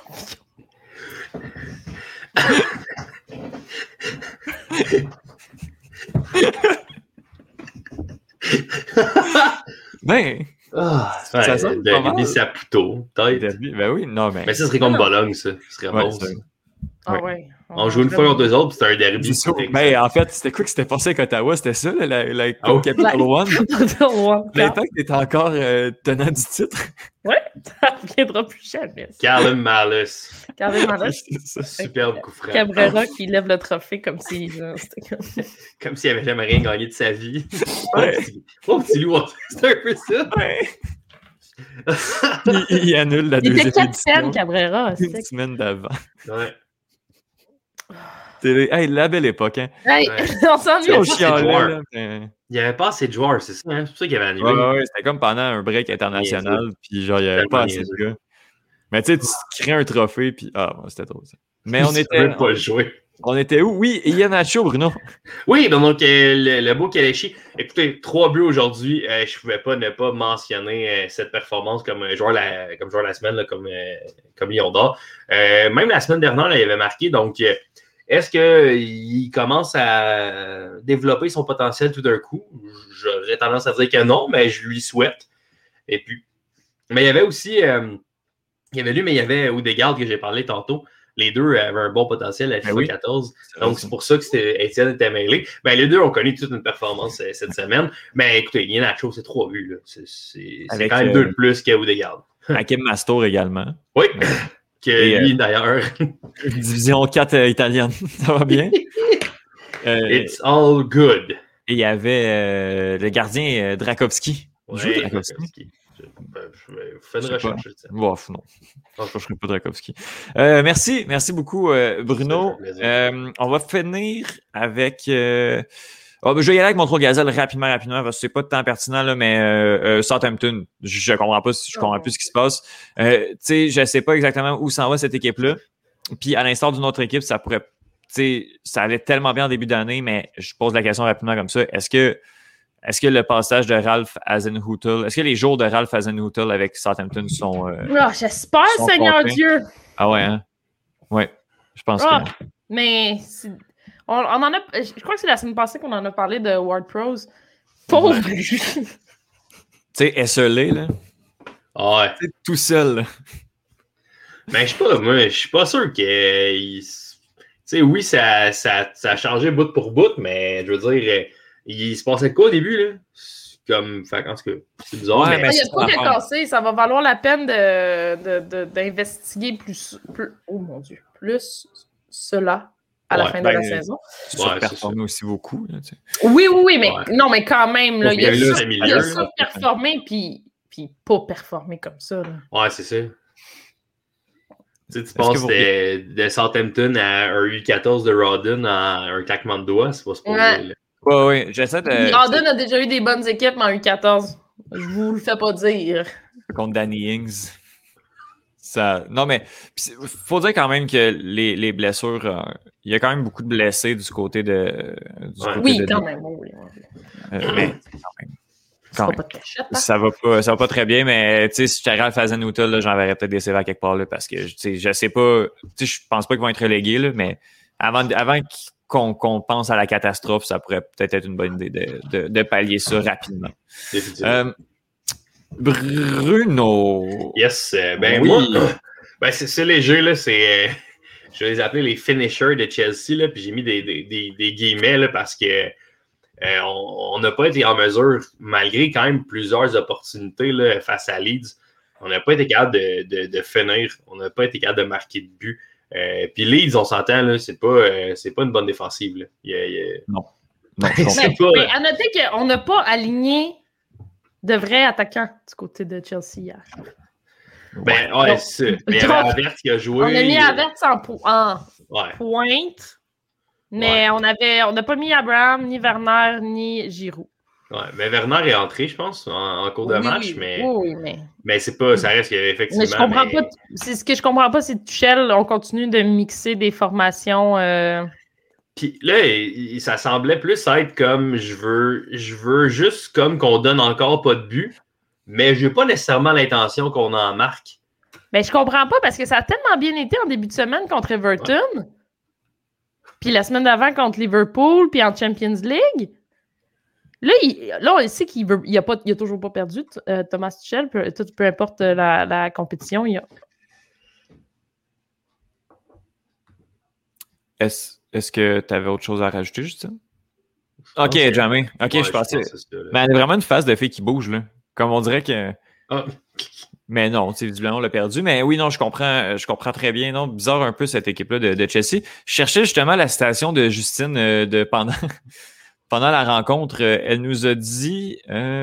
Ben... ça sent derby Saputo, peut-être. Ben oui, non, mais... Mais ça serait comme Bologne, ça. Ce serait bon, ça. Ah ouais. On joue une fois contre deux autres, puis c'était un derby. Ben, en fait, c'était quoi qui s'était passé avec Ottawa? C'était ça, la Coupe Capital One? L'Impact est encore tenant du titre. Ouais, ça ne reviendra plus jamais. Callum Malus. Superbe coup franc. Cabrera qui lève le trophée comme si... Comme s'il n'avait jamais rien gagné de sa vie. Ouais. Oh, petit loup, c'est un peu ça. Ouais. il annule la deuxième édition. Il était capitaine, Cabrera. Une semaine d'avant. Ouais. Hey, la belle époque, hein? Hey, on s'ennuie. Il n'y avait pas assez de joueurs, c'est ça, hein? C'est pour ça qu'il y avait annulé. Ouais, c'était comme pendant un break international, puis genre, il n'y avait pas assez de gars. Mais tu sais, tu crées un trophée, puis c'était trop ça. Mais on était... pas jouer. On était où? Oui, Ian Nacho, Bruno. Oui, donc le beau Kelechi. Écoutez, 3 buts aujourd'hui. Je ne pouvais pas ne pas mentionner cette performance comme joueur la semaine, là, comme Lion d'or. Même la semaine dernière, là, il avait marqué. Donc, est-ce qu'il commence à développer son potentiel tout d'un coup? J'aurais tendance à dire que non, mais je lui souhaite. Et puis, mais il y avait aussi, il y avait Odegaard que j'ai parlé tantôt. Les deux avaient un bon potentiel à FIFA 14. Donc, c'est pour ça que Étienne était mêlé. Ben, les deux ont connu toute une performance cette semaine. Mais écoutez, Iheanacho, c'est 3 buts. Là. C'est quand même 2 de plus qu'à Odegaard. Hakim Mastor également. Oui, que lui, d'ailleurs. Division 4 italienne. Ça va bien? It's all good. Et il y avait le gardien Drakowski. Ouais, joue Drakowski. Fais une recherche. Non, je ne ferai pas Drakowski. Merci beaucoup, Bruno. On va finir avec... je vais y aller avec mon trop gazelle rapidement, parce que c'est pas de temps pertinent, là, mais Southampton, je comprends plus ce qui se passe. Tu sais, je sais pas exactement où s'en va cette équipe-là. Puis à l'instar d'une autre équipe, ça pourrait... Tu sais, ça allait tellement bien en début d'année, mais je pose la question rapidement comme ça. Est-ce que le passage de Ralph Hasenhüttl, est-ce que les jours de Ralph Hasenhüttl avec Southampton sont... j'espère, Seigneur comptés? Dieu! Ah ouais, hein? Ouais, je pense que... Mais on en a... Je crois que c'est la semaine passée qu'on en a parlé de Ward Pros. Pauvre! Tu sais, esselé, là. Ouais. T'sais, tout seul, là. Mais je suis pas sûr que... Tu sais, oui, ça a changé bout pour bout, mais je veux dire, il se passait quoi au début, là? En tout cas, c'est bizarre. Ouais, mais il y a pas de casser, ça va valoir la peine d'investiguer plus. Oh mon Dieu, plus cela à la fin de la saison. Tu surperformé aussi beaucoup. Là, tu sais. Oui, mais non, mais quand même, là, il a surperformé puis pas performé comme ça. Là. Ouais, c'est ça. Tu passes de Southampton à un U14 de Rodden à un claquement de doigts, c'est pas ce point-là. Oui, j'essaie de... Rodden a déjà eu des bonnes équipes, mais en U14, je vous le fais pas dire. Contre Danny Ings. Ça... Non, mais il faut dire quand même que les blessures... il y a quand même beaucoup de blessés du côté de... Quand même. Oui. Mais quand même. Ça va pas très bien, mais tu sais, si j'étais Ralph Hasenhüttl, j'enverrais peut-être des CV à quelque part là, parce que je sais pas, je pense pas qu'ils vont être relégués, là, mais avant qu'on pense à la catastrophe, ça pourrait peut-être être une bonne idée de pallier ça rapidement. Bruno. Yes, moi, c'est léger, là, c'est je vais les appeler les finishers de Chelsea, là, puis j'ai mis des guillemets là, parce que on n'a pas été en mesure, malgré quand même plusieurs opportunités là, face à Leeds, on n'a pas été capable de finir, on n'a pas été capable de marquer de but. Puis Leeds, on s'entend, là, c'est pas une bonne défensive. Là. Non. Mais à noter qu'on n'a pas aligné de vrais attaquants du côté de Chelsea hier. C'est ça. Mais il y avait Havertz qui a joué. On a mis Havertz en pointe. Mais on n'a pas mis Abraham, ni Werner, ni Giroud. Ouais, mais Werner est entré, je pense, en cours de match. Mais c'est pas, ça reste qu'effectivement. Mais je comprends pas. Ce que je comprends pas, c'est que Tuchel, on continue de mixer des formations. Puis là, ça semblait plus être comme je veux juste comme qu'on donne encore pas de but, mais j'ai pas nécessairement l'intention qu'on en marque. Mais je comprends pas parce que ça a tellement bien été en début de semaine contre Everton. Ouais. Puis la semaine d'avant contre Liverpool, puis en Champions League. Là, on sait qu'il a toujours pas perdu, Thomas Tuchel, peu importe la compétition. Est-ce que tu avais autre chose à rajouter, Justin? Ok, jamais. Ok, je pensais. Mais elle a vraiment une phase de fille qui bouge, là. Comme on dirait que. Mais non, visiblement, on l'a perdu. Mais oui, non, je comprends très bien. Non, bizarre un peu cette équipe-là de Chelsea. Je cherchais justement la citation de Justine pendant la rencontre. Elle nous a dit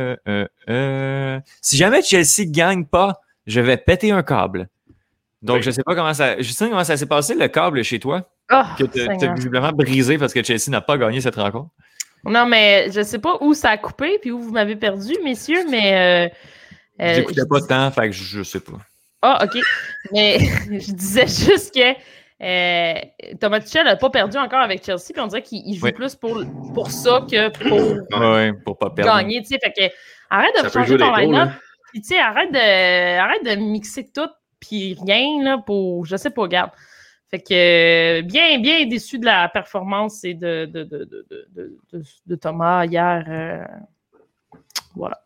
si jamais Chelsea gagne pas, je vais péter un câble. Donc, je sais pas comment ça... Justine, comment ça s'est passé, le câble chez toi? Que tu as visiblement brisé parce que Chelsea n'a pas gagné cette rencontre. Non, mais je sais pas où ça a coupé puis où vous m'avez perdu, messieurs, mais... J'écoutais pas tant, fait que je sais pas. Ah, OK. Mais je disais juste que Thomas Tuchel n'a pas perdu encore avec Chelsea, puis on dirait qu'il joue plus pour ça que pour pas perdre. Gagner. Tu sais, fait que arrête de changer ton line-up. Puis tu sais, arrête de mixer tout, puis rien, là, pour. Je sais pas, regarde. Fait que bien déçu de la performance et de Thomas hier. Voilà.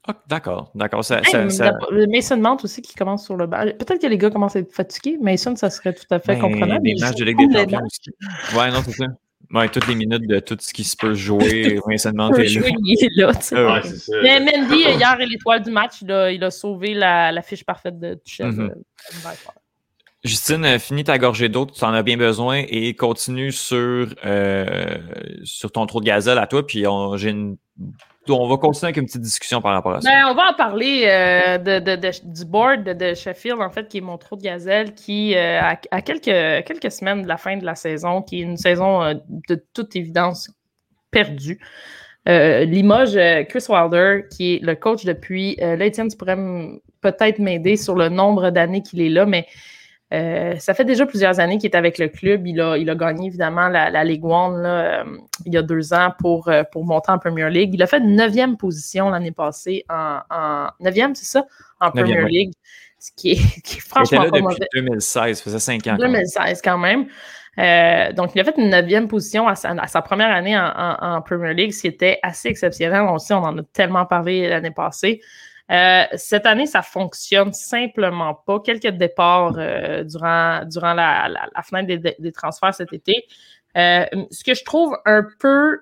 Ah, d'accord. Mason Mount aussi qui commence sur le banc. Peut-être que les gars commencent à être fatigués. Mason, ça serait tout à fait comprenable. Des matchs de Ligue des Champions aussi. Ouais, non, c'est ça. Ouais, toutes les minutes de tout ce qui se peut jouer, Mason Mount est là. Il est là, tu sais. Ouais, c'est ça. Mais Mendy, hier, est l'étoile du match. Il a sauvé la fiche parfaite de Tuchel. Justine, finis ta gorgée d'eau, tu en as bien besoin et continue sur ton trou de gazelle à toi. Puis on va continuer avec une petite discussion par rapport à ça. On va en parler du board de Sheffield, en fait, qui est mon trou de gazelle, qui, à quelques semaines de la fin de la saison, qui est une saison de toute évidence perdue. Limoges, Chris Wilder, qui est le coach depuis... là, Étienne, tu pourrais peut-être m'aider sur le nombre d'années qu'il est là, mais ça fait déjà plusieurs années qu'il est avec le club. Il a gagné, évidemment, la Ligue 1 là, il y a 2 ans pour monter en Premier League. Il a fait 9e position l'année passée en 9e, c'est ça? En Premier League. Ce qui est franchement pas mauvais. Depuis 2016, ça faisait 5 ans. 2016 quand même. Donc, il a fait une 9e position à sa première année en Premier League, ce qui était assez exceptionnel. On en a tellement parlé l'année passée. Cette année, ça fonctionne simplement pas. Quelques départs durant la fenêtre des transferts cet été. Ce que je trouve un peu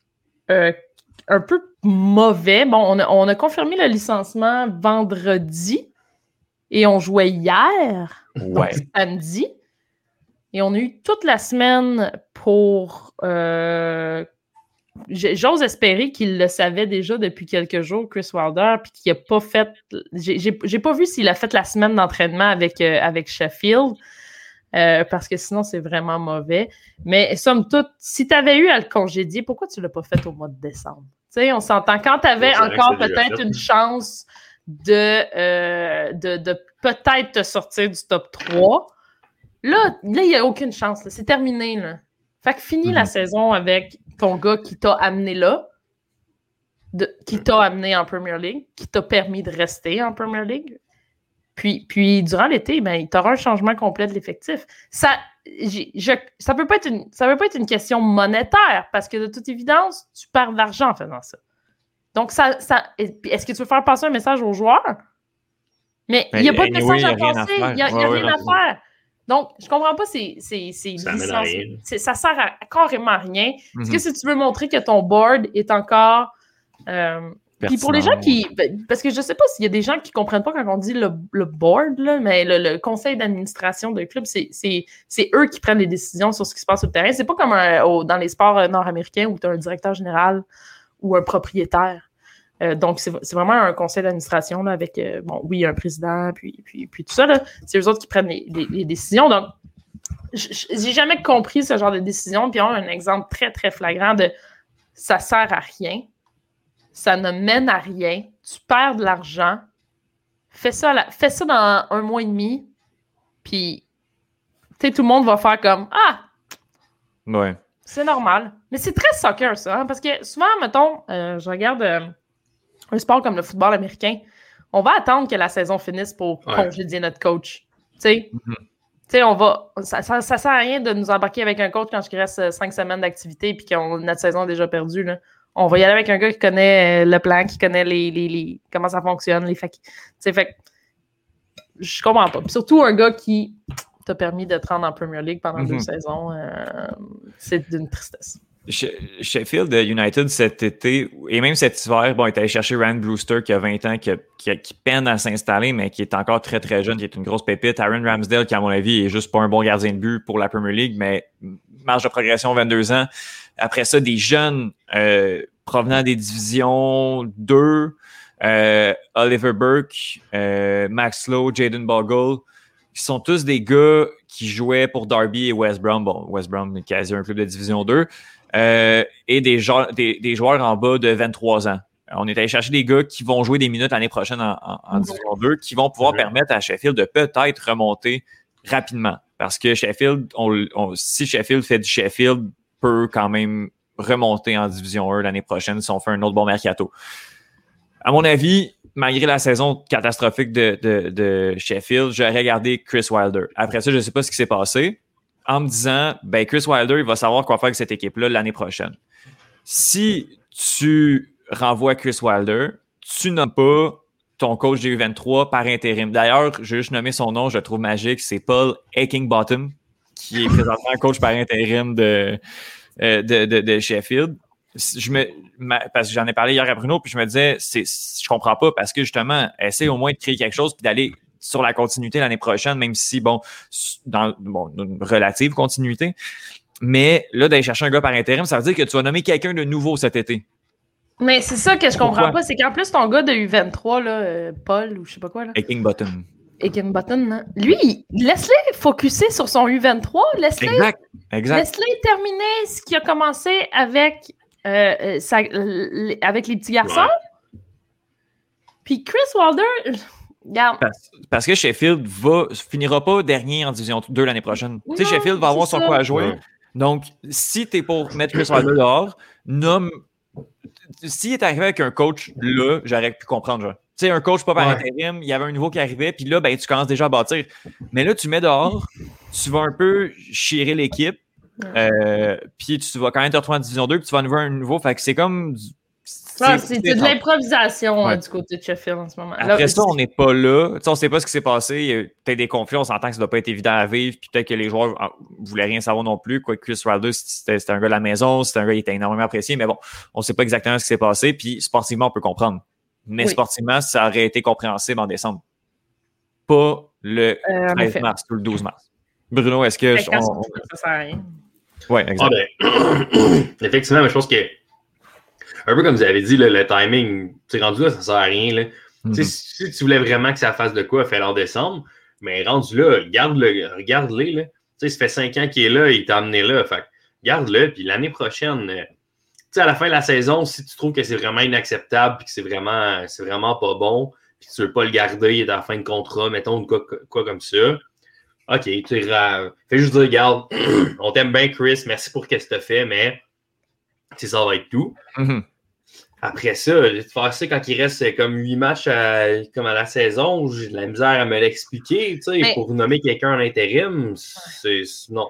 mauvais. Bon, on a confirmé le licenciement vendredi et on jouait hier, donc samedi. Et on a eu toute la semaine pour... J'ose espérer qu'il le savait déjà depuis quelques jours, Chris Wilder, puis qu'il n'a pas fait... J'ai pas vu s'il a fait la semaine d'entraînement avec Sheffield, parce que sinon, c'est vraiment mauvais. Mais somme toute, si tu avais eu à le congédier, pourquoi tu ne l'as pas fait au mois de décembre? Tu sais, on s'entend. Quand tu avais encore peut-être une chance de peut-être te sortir du top 3, là il n'y a aucune chance. Là. C'est terminé. Là. Fait que finis la saison avec ton gars qui t'a amené là, qui t'a amené en Premier League, qui t'a permis de rester en Premier League. Puis durant l'été, ben, il t'aura un changement complet de l'effectif. Ça peut pas être une question monétaire, parce que de toute évidence, tu perds de l'argent en faisant ça. Donc, est-ce que tu veux faire passer un message aux joueurs? Mais il n'y a pas de message à passer. Il n'y a rien à faire. Donc, je comprends pas ces licences. Ça sert à carrément à rien. Est-ce que si tu veux montrer que ton board est encore... puis pour les gens qui... Parce que je sais pas s'il y a des gens qui comprennent pas quand on dit le board, là, mais le conseil d'administration d'un club, c'est eux qui prennent les décisions sur ce qui se passe sur le terrain. C'est pas comme dans les sports nord-américains où tu as un directeur général ou un propriétaire. Donc, c'est vraiment un conseil d'administration là, avec, un président, puis tout ça. Là, c'est eux autres qui prennent les décisions. Donc, j'ai jamais compris ce genre de décision. Puis on a un exemple très, très flagrant de ça sert à rien. Ça ne mène à rien. Tu perds de l'argent. Fais ça dans 1 mois et demi. Puis, tu sais, tout le monde va faire comme « Ah! » Ouais. C'est normal. Mais c'est très soccer, ça. Hein, parce que souvent, mettons, je regarde... un sport comme le football américain, on va attendre que la saison finisse pour congédier notre coach. Tu sais, ça sert à rien de nous embarquer avec un coach quand il reste 5 semaines d'activité et que notre saison est déjà perdue. Là. On va y aller avec un gars qui connaît le plan, qui connaît comment ça fonctionne. Fait je comprends pas. Puis surtout un gars qui t'a permis de te rendre en Premier League pendant 2 saisons, c'est d'une tristesse. Sheffield United cet été, et même cet hiver, est allé chercher Ryan Brewster qui a 20 ans, qui peine à s'installer, mais qui est encore très très jeune, qui est une grosse pépite. Aaron Ramsdale, qui à mon avis est juste pas un bon gardien de but pour la Premier League, mais marge de progression 22 ans. Après ça, des jeunes provenant des divisions 2, Oliver Burke, Max Lowe, Jayden Bogle, qui sont tous des gars qui jouaient pour Derby et West Brom. Bon, West Brom est quasi un club de division 2. Et des joueurs en bas de 23 ans. On est allé chercher des gars qui vont jouer des minutes l'année prochaine en Division 2, qui vont pouvoir permettre à Sheffield de peut-être remonter rapidement. Parce que Sheffield, si Sheffield fait du Sheffield, peut quand même remonter en Division 1 l'année prochaine si on fait un autre bon mercato. À mon avis, malgré la saison catastrophique de Sheffield, j'aurais gardé Chris Wilder. Après ça, je ne sais pas ce qui s'est passé. En me disant, Chris Wilder, il va savoir quoi faire avec cette équipe-là l'année prochaine. Si tu renvoies Chris Wilder, tu nommes pas ton coach des U23 par intérim. D'ailleurs, je vais juste nommer son nom, je le trouve magique, c'est Paul Heckingbottom, qui est présentement coach par intérim de Sheffield. Parce que j'en ai parlé hier à Bruno, puis je me disais, je comprends pas, parce que justement, essaye au moins de créer quelque chose puis d'aller sur la continuité l'année prochaine, même si, dans une relative continuité. Mais là, d'aller chercher un gars par intérim, ça veut dire que tu vas nommer quelqu'un de nouveau cet été. Mais c'est ça que je comprends pas, c'est qu'en plus, ton gars de U23, là, Paul, ou je sais pas quoi, là. Heckingbottom. Hein? Lui, laisse-le focusser sur son U23, laisse-le terminer ce qui a commencé avec les petits garçons. Ouais. Puis Chris Wilder, regarde. Parce que Sheffield finira pas dernier en Division 2 l'année prochaine. Tu sais, Sheffield va avoir son quoi à jouer. Ouais. Donc, si t'es pour mettre Chris Wilder dehors, nomme. S'il est arrivé avec un coach là, j'aurais pu comprendre. Genre. Tu sais, un coach pas par intérim, il y avait un nouveau qui arrivait, puis là, tu commences déjà à bâtir. Mais là, tu mets dehors, tu vas un peu chirer l'équipe, puis tu vas quand même te retrouver en Division 2, puis tu vas en avoir un nouveau. Fait que c'est comme. C'est de l'improvisation du côté de Sheffield en ce moment. Après ça, on n'est pas là. T'sais, on ne sait pas ce qui s'est passé. Il y a peut-être des conflits. On s'entend que ça ne doit pas être évident à vivre. Puis peut-être que les joueurs ne voulaient rien savoir non plus. Quoi, Chris Wilder, c'était un gars de la maison. C'était un gars qui était énormément apprécié. Mais bon, on ne sait pas exactement ce qui s'est passé. Puis sportivement, on peut comprendre. Mais sportivement, ça aurait été compréhensible en décembre. Pas le 13 mars ou le 12 mars. Bruno, est-ce que... Ça sert à rien. Oui, exactement. Effectivement, mais je pense que un peu comme vous avez dit, le timing, rendu là, ça sert à rien. Là. Si tu voulais vraiment que ça fasse de quoi, fais-le en décembre. Mais rendu là, regarde-les. Là. Ça fait 5 ans qu'il est là, il t'a amené là. Fait garde-le, puis l'année prochaine, à la fin de la saison, si tu trouves que c'est vraiment inacceptable puis que c'est vraiment pas bon, puis que tu veux pas le garder, il est à la fin de contrat, mettons, quoi comme ça, OK, fais juste dire, regarde, on t'aime bien, Chris, merci pour ce que tu as fait, mais ça va être tout. Mm-hmm. Après ça, faire ça quand il reste comme 8 matchs comme à la saison, j'ai de la misère à me l'expliquer. Pour nommer quelqu'un en intérim, c'est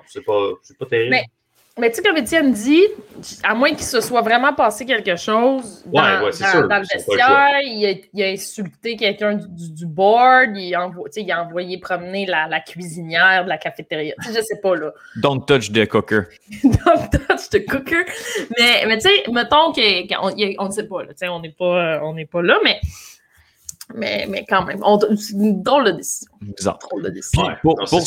pas terrible. Mais tu sais, comme Étienne dit, à moins qu'il se soit vraiment passé quelque chose dans le vestiaire, il a insulté quelqu'un du board, il a envoyé promener la cuisinière de la cafétéria. Je sais pas, là. Don't touch the cooker. Don't touch the cooker. Mais tu sais, mettons qu'on ne sait pas, là. On n'est pas là, mais quand même, c'est une drôle de décision. Bizarre. Drôle de décision. Ouais,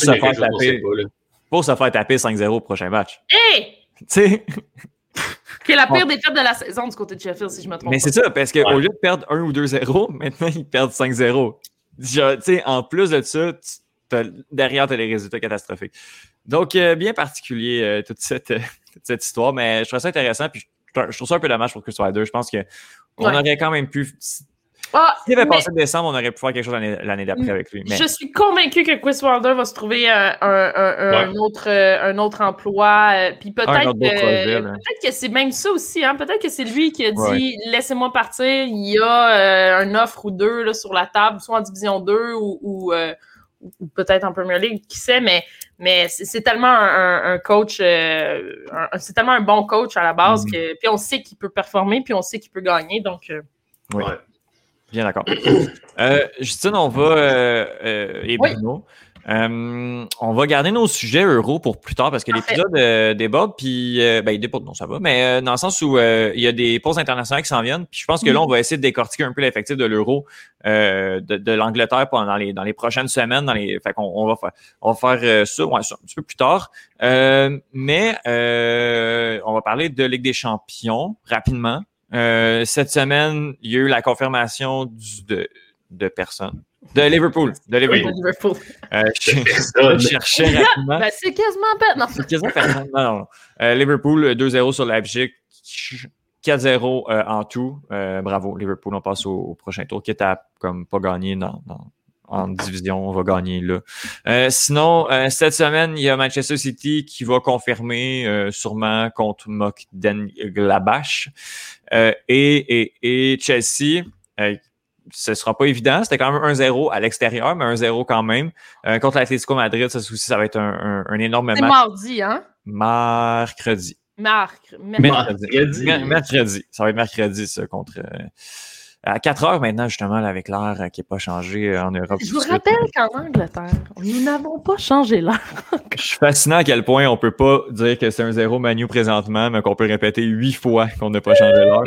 pour se faire taper 5-0 au prochain match. Hey! Tu sais. Qui est la pire défaite de la saison du côté de Sheffield, si je me trompe pas. Mais c'est ça, parce qu'au lieu de perdre 1 ou 2-0, maintenant, ils perdent 5-0. Tu sais, en plus de ça, derrière, tu as les résultats catastrophiques. Donc, bien particulier, toute cette histoire, mais je trouve ça intéressant, puis je trouve ça un peu dommage pour Chris Wilder. Je pense qu'on aurait quand même pu... S'il avait passé décembre, on aurait pu faire quelque chose l'année d'après avec lui. Mais... Je suis convaincu que Chris Wilder va se trouver un autre emploi. Puis peut-être que c'est même ça aussi. Hein? Peut-être que c'est lui qui a dit « Laissez-moi partir, il y a une offre ou deux là, sur la table, soit en Division 2 ou peut-être en Premier League, qui sait, mais c'est tellement un coach, c'est tellement un bon coach à la base, que, puis on sait qu'il peut performer, puis on sait qu'il peut gagner. Donc, Bien d'accord. Justine, on va et Bruno, on va garder nos sujets Euro pour plus tard parce que l'épisode déborde, puis il déborde, non, ça va, mais dans le sens où il y a des pauses internationales qui s'en viennent, puis je pense que là, on va essayer de décortiquer un peu l'effectif de l'Euro de l'Angleterre dans les prochaines semaines. Fait qu'on on va faire ça, ça un petit peu plus tard. Mais on va parler de Ligue des Champions rapidement. Cette semaine, il y a eu la confirmation de personne. De Liverpool. Je cherchais rapidement. C'est quasiment C'est quasiment personne. Non. Liverpool 2-0 sur Leipzig. 4-0 en tout. Bravo, Liverpool. On passe au prochain tour. Quitte à comme pas gagner en division, on va gagner là. Sinon, cette semaine, il y a Manchester City qui va confirmer sûrement contre Mönchengladbach. Et Chelsea, ce sera pas évident. C'était quand même 1-0 à l'extérieur, mais 1-0 quand même. Contre l'Atlético Madrid, ça aussi, ça va être un énorme match. C'est mardi, hein? Mercredi. Mercredi. Ça va être mercredi, ça, contre À 4 heures maintenant, justement, là, avec l'heure qui n'est pas changé en Europe. Je vous rappelle qu'en Angleterre, nous n'avons pas changé l'heure. Je suis fascinant à quel point on ne peut pas dire que c'est un 0 Manu présentement, mais qu'on peut répéter 8 fois qu'on n'a pas changé l'heure.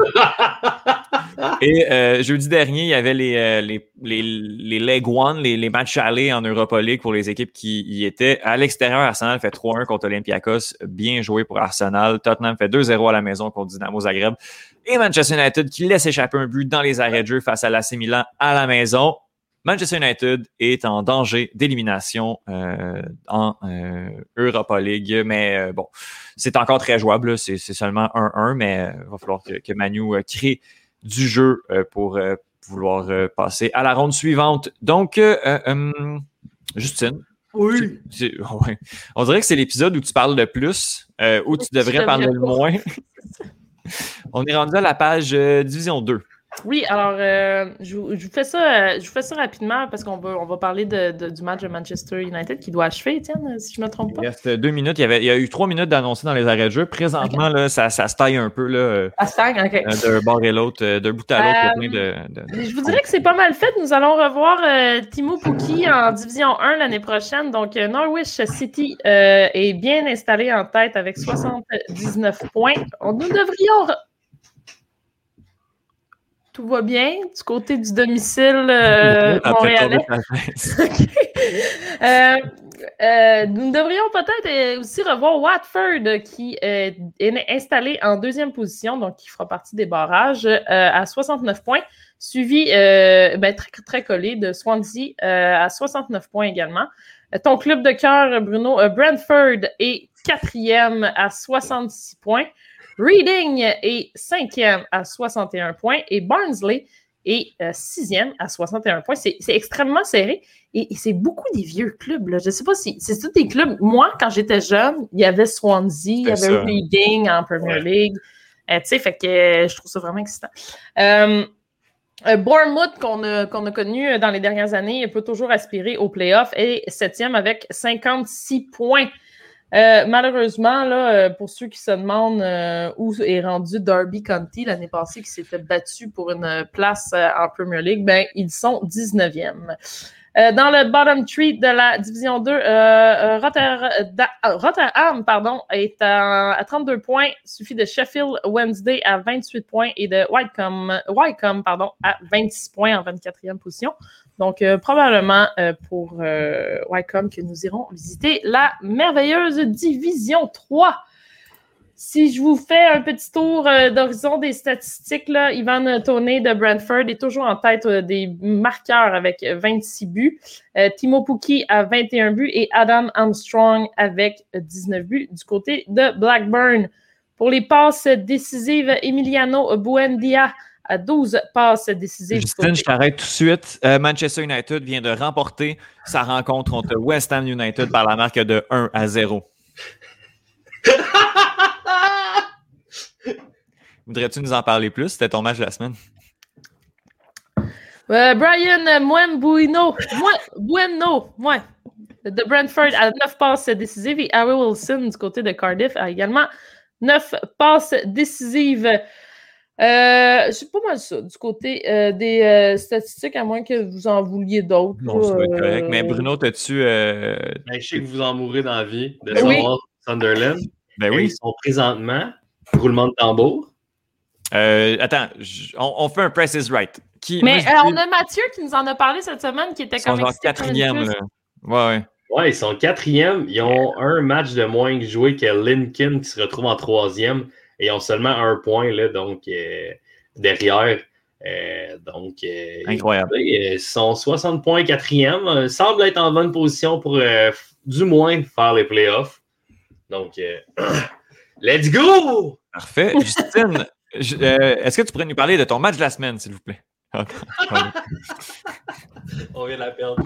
Et jeudi dernier, il y avait les Leg One, les matchs allés en Europa League pour les équipes qui y étaient. À l'extérieur, Arsenal fait 3-1 contre Olympiakos. Bien joué pour Arsenal. Tottenham fait 2-0 à la maison contre Dynamo Zagreb. Et Manchester United qui laisse échapper un but dans les arrêts de jeu face à l'AC Milan à la maison. Manchester United est en danger d'élimination en Europa League. Mais bon, c'est encore très jouable. C'est seulement 1-1, mais il va falloir que Manu crée du jeu pour vouloir passer à la ronde suivante. Donc, Justine. Oui. Ouais. On dirait que c'est l'épisode où tu parles le plus, où tu devrais parler le moins. On est rendu à la page Division 2. Oui, alors, je vous fais ça rapidement parce qu'on va parler du match de Manchester United qui doit achever, Étienne, si je ne me trompe pas. Il reste 2 minutes. Il y a eu 3 minutes d'annoncer dans les arrêts de jeu. Présentement, là, ça se taille un peu. Là, ça se taille, OK. D'un bord et l'autre, d'un bout à l'autre. Il y a plein de... Je vous dirais que c'est pas mal fait. Nous allons revoir Timo Pukki en Division 1 l'année prochaine. Donc, Norwich City est bien installé en tête avec 79 points. Nous devrions... Tout va bien du côté du domicile montréalais. Nous devrions peut-être aussi revoir Watford qui est installé en deuxième position, donc qui fera partie des barrages à 69 points, suivi très, très collé de Swansea à 69 points également. Ton club de cœur, Bruno, Brentford est 4e à 66 points. Reading est 5e à 61 points et Barnsley est 6e à 61 points. C'est extrêmement serré et c'est beaucoup des vieux clubs. Là. Je ne sais pas si c'est tous des clubs. Moi, quand j'étais jeune, il y avait Swansea, il y avait Reading en Premier League. Tu sais, fait que je trouve ça vraiment excitant. Bournemouth, qu'on a connu dans les dernières années, peut toujours aspirer aux playoffs et 7e avec 56 points. Malheureusement, là, pour ceux qui se demandent où est rendu Derby County l'année passée, qui s'était battu pour une place en Premier League, ben, ils sont 19e. Dans le bottom three de la Division 2, Rotherham est à 32 points, suivi de Sheffield Wednesday à 28 points et de Wycombe à 26 points en 24e position. Donc, probablement pour Wycombe que nous irons visiter la merveilleuse Division 3. Si je vous fais un petit tour d'horizon des statistiques, là, Ivan Toney de Brentford est toujours en tête des marqueurs avec 26 buts. Timo Pukki à 21 buts et Adam Armstrong avec 19 buts du côté de Blackburn. Pour les passes décisives, Emiliano Buendia à 12 passes décisives. Justine, je t'arrête tout de suite. Manchester United vient de remporter sa rencontre contre West Ham United par la marque de 1-0. Voudrais-tu nous en parler plus? C'était ton match de la semaine. Brian Mbeumo de Brentford à 9 passes décisives et Harry Wilson du côté de Cardiff a également 9 passes décisives. C'est pas mal ça du côté des statistiques, à moins que vous en vouliez d'autres. Non, ça va être correct. Mais Bruno, t'as-tu... Je sais que vous en mourrez dans la vie de savoir Sunderland. Ben oui. Ils sont présentement, roulement de tambour. Attends, on fait un Price is Right. On a Mathieu qui nous en a parlé cette semaine, qui était comme excité. Ils sont 4e, là. Ouais, ils sont 4e. Ils ont un match de moins que joué que Lincoln qui se retrouve en 3e. Et ils ont seulement 1 point, là, donc derrière. Incroyable. Ils sont 60 points 4e. Semble être en bonne position pour du moins faire les playoffs. Donc, let's go! Parfait. Justine, est-ce que tu pourrais nous parler de ton match de la semaine, s'il vous plaît? On vient de la perdre.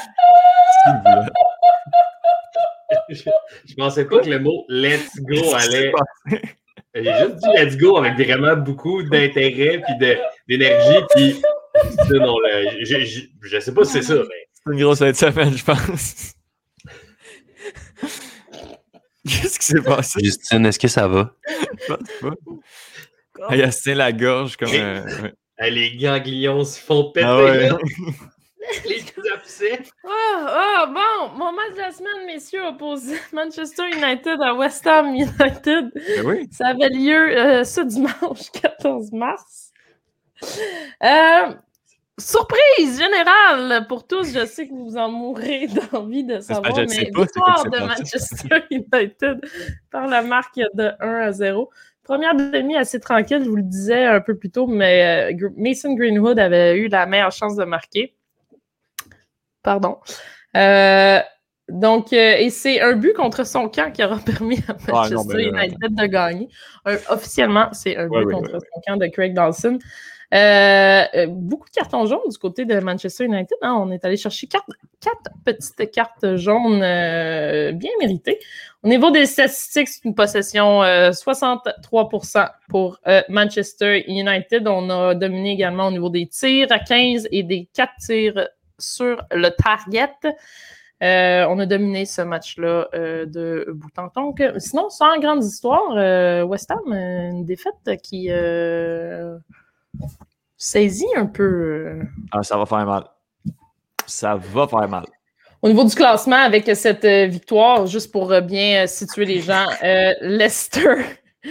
Je pensais pas que le mot let's go allait. J'ai juste dit let's go avec vraiment beaucoup d'intérêt et d'énergie. Puis, non, là, je sais pas si c'est ça. Mais... C'est une grosse semaine, je pense. Qu'est-ce qui s'est passé? Justine, est-ce que ça va? Elle se tient la gorge comme... Les ganglions se font péter. Ah ouais. Là. Les abcès. Bon, mon match de la semaine, messieurs, opposé Manchester United à West Ham United. Ben oui. Ça avait lieu ce dimanche 14 mars. Surprise générale pour tous. Je sais que vous en mourrez d'envie de savoir, mais victoire de Manchester United par la marque de 1-0. Première demi assez tranquille, je vous le disais un peu plus tôt, mais Mason Greenwood avait eu la meilleure chance de marquer. Pardon. Donc, et c'est un but contre son camp qui aura permis à Manchester United de gagner. Officiellement, c'est un but contre son camp de Craig Dawson. Beaucoup de cartons jaunes du côté de Manchester United. Hein? On est allé chercher quatre petites cartes jaunes bien méritées. Au niveau des statistiques, c'est une possession 63% pour Manchester United. On a dominé également au niveau des tirs à 15 et des 4 tirs sur le target. On a dominé ce match-là de bout en temps. Sinon, sans grande histoire, West Ham, une défaite qui saisit un peu. Ça va faire mal. Ça va faire mal. Au niveau du classement, avec cette victoire, juste pour bien situer les gens, Leicester.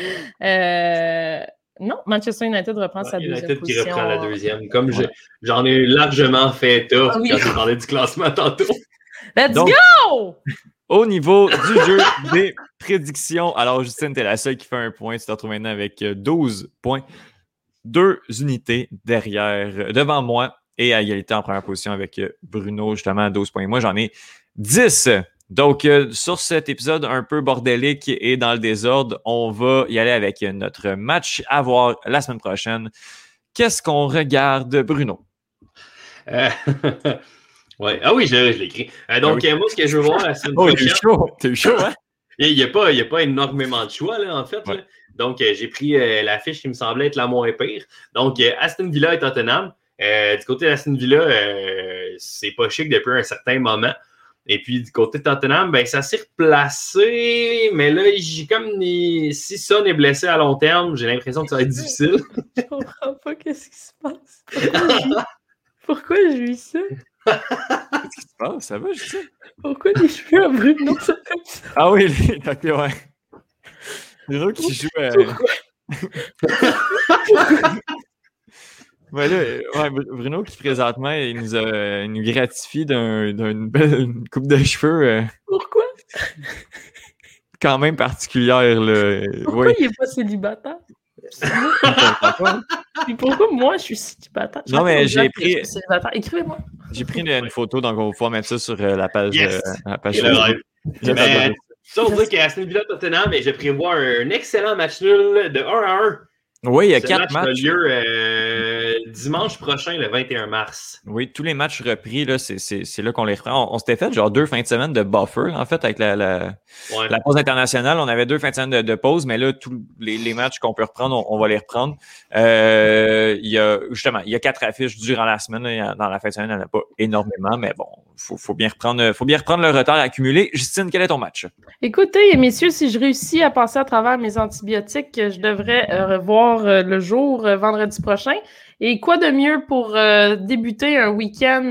Non, Manchester United reprend sa deuxième position. United qui reprend la deuxième. Comme j'en ai largement fait tard quand j'ai parlé du classement tantôt. Let's go! Au niveau du jeu des prédictions, alors Justine, t'es la seule qui fait un point. Tu te retrouves maintenant avec 12 points. 2 unités devant moi et à égalité en première position avec Bruno, justement, à 12 points. Moi, j'en ai 10. Donc, sur cet épisode un peu bordélique et dans le désordre, on va y aller avec notre match à voir la semaine prochaine. Qu'est-ce qu'on regarde, Bruno? Ouais. Ah oui, je l'ai écrit. Donc, moi, ce que je veux voir la semaine prochaine... T'es chaud, hein? Il n'y a pas énormément de choix, là, en fait. Ouais. Là. Donc, j'ai pris la fiche qui me semblait être la moins pire. Donc, Aston Villa et Tottenham. Du côté d'Aston Villa, c'est pas chic depuis un certain moment. Et puis, du côté de Tottenham, ben, ça s'est replacé. Mais là, j'ai comme si Son est blessé à long terme, j'ai l'impression que ça va être difficile. Je comprends pas qu'est-ce qui se passe. Pourquoi je vis ça? Qu'est-ce qui se passe? Ça va, je sais. Pourquoi les cheveux à Bruno, ça comme ça? Ah oui, ok, ouais. Bruno qui joue ouais, là, Bruno qui présentement il nous gratifie d'une belle coupe de cheveux. Pourquoi? Quand même particulière. Pourquoi il n'est pas célibataire? Et pourquoi moi je suis célibataire? Non, mais j'ai pris. Écrivez-moi. J'ai pris une photo, donc on va pouvoir mettre ça sur la page. La page ça, on dit qu'Aston Villa Tottenham, et je prévois un excellent match nul de 1-1. Oui, il y a 4 matchs. Ça a lieu dimanche prochain, le 21 mars. Oui, tous les matchs repris, là, c'est là qu'on les reprend. On s'était fait genre 2 fins de semaine de buffer, en fait, avec la pause internationale. On avait 2 fins de semaine de pause, mais là, tous les matchs qu'on peut reprendre, on va les reprendre. Il y a 4 affiches durant la semaine. Là, dans la fin de semaine, il n'y en a pas énormément, mais bon, faut bien reprendre le retard accumulé. Justine, quel est ton match? Écoutez, messieurs, si je réussis à passer à travers mes antibiotiques, je devrais revoir le jour vendredi prochain. Et quoi de mieux pour débuter un week-end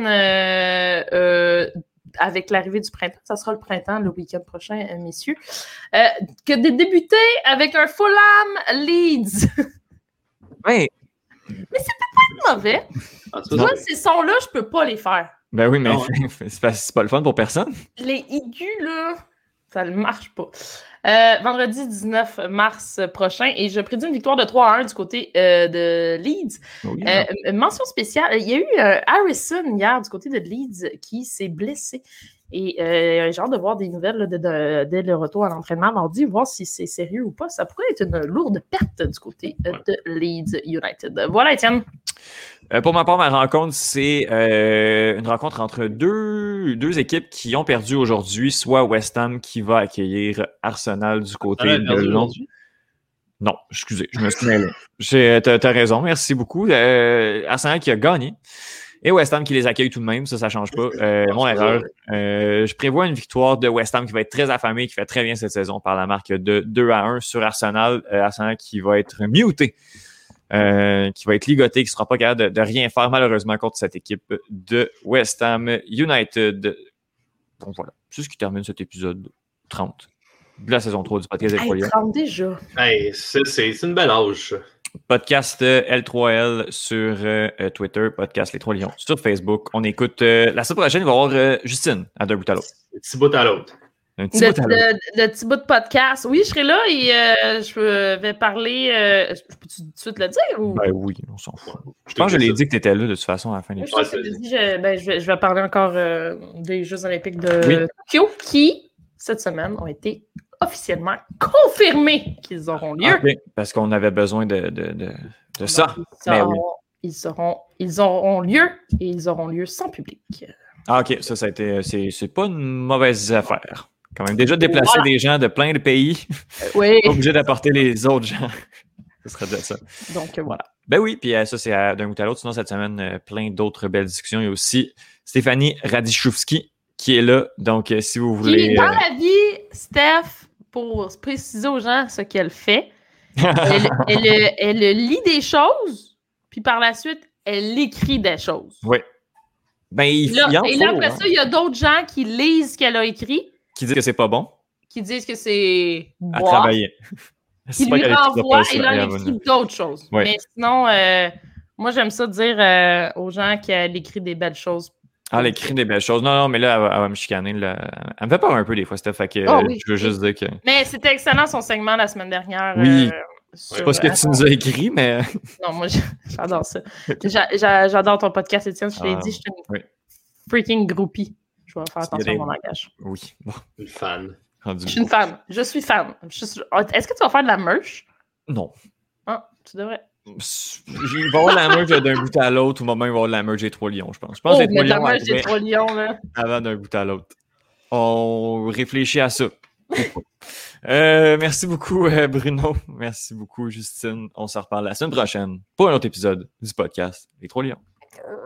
avec l'arrivée du printemps? Ça sera le printemps, le week-end prochain, messieurs. Que de débuter avec un Fulham Leeds. Oui. Mais ça peut pas être mauvais. Moi, ces sons-là, je peux pas les faire. Ben oui, mais c'est pas le fun pour personne. Les aigus, là, ça ne marche pas. Vendredi 19 mars prochain, et je prédis une victoire de 3-1 du côté de Leeds. Oui, mention spéciale, il y a eu Harrison hier du côté de Leeds qui s'est blessé. Et j'ai hâte de voir des nouvelles là, dès le retour à l'entraînement mardi, voir si c'est sérieux ou pas. Ça pourrait être une lourde perte du côté de Leeds United. Voilà, Étienne. Pour ma part, ma rencontre, c'est une rencontre entre deux équipes qui ont perdu aujourd'hui, soit West Ham qui va accueillir Arsenal du côté de Londres. Non, excusez, je me suis mêlé. T'as raison, merci beaucoup. Arsenal qui a gagné. Et West Ham qui les accueille tout de même, ça change pas. Mon erreur. Je prévois une victoire de West Ham qui va être très affamée, qui fait très bien cette saison par la marque de 2-1 sur Arsenal. Arsenal qui va être muté qui va être ligoté, qui ne sera pas capable de rien faire malheureusement contre cette équipe de West Ham United. Donc voilà, c'est ce qui termine cet épisode 30 de la saison 3 du podcast des 3 Lions. 30 déjà. Hey, ça, c'est une belle âge. Podcast L3L sur Twitter, podcast Les 3 Lions sur Facebook. On écoute la semaine prochaine, il va y avoir Justine à d'un bout à l'autre. Un petit bout à l'autre. Un petit bout à l'autre. Le petit bout de podcast. Oui, je serai là et je vais parler. Je peux-tu tout de suite le dire? Ou... Ben oui, on s'en fout. Je pense que je l'ai dit que tu étais là de toute façon à la fin de l'épisode. Je vais parler encore des Jeux olympiques de Tokyo qui, cette semaine, ont été officiellement confirmés qu'ils auront lieu. Okay, parce qu'on avait besoin de ça. Ils auront lieu et ils auront lieu sans public. Ah, OK. Ça a été. C'est pas une mauvaise affaire. Quand même. Déjà déplacer des gens de plein de pays. Oui. Pas obligé d'apporter les autres gens. Ce serait déjà ça. Donc, voilà. Ben oui, puis ça, c'est d'un bout à l'autre. Sinon, cette semaine, plein d'autres belles discussions. Il y a aussi Stéphanie Radichowski qui est là. Donc, si vous voulez. Dans la vie, Steph, pour préciser aux gens ce qu'elle fait, elle lit des choses, puis par la suite, elle écrit des choses. Oui. Ben, il là, après ça, il y a d'autres gens qui lisent ce qu'elle a écrit. Qui disent que c'est pas bon. Qui disent que c'est à travailler. Qui lui renvoient et là, elle écrit d'autres choses. Oui. Mais sinon, moi, j'aime ça dire aux gens qu'elle écrit des belles choses. Ah, elle écrit des belles choses. Non, mais là, elle va me chicaner. Là. Elle me fait peur un peu des fois, Steph. Fait que oui, je veux juste dire que... Mais c'était excellent son segment la semaine dernière. Oui. C'est pas ce que tu nous as écrit, mais... Non, moi, j'adore ça. J'adore ton podcast, Étienne. Je l'ai dit, je suis une freaking groupie. Je vais faire attention à mon langage. Oui. Bon. Une fan. Je suis une fan. Je suis fan. Est-ce que tu vas faire de la merch? Non. Ah, tu devrais. Il va y avoir la merch d'un bout à l'autre, au moment où il va y avoir la merch des 3 Lions, je pense. Je pense que la merch des 3 Lions, là. Avant d'un bout à l'autre. On réfléchit à ça. Merci beaucoup, Bruno. Merci beaucoup, Justine. On se reparle la semaine prochaine pour un autre épisode du podcast Les 3 Lions.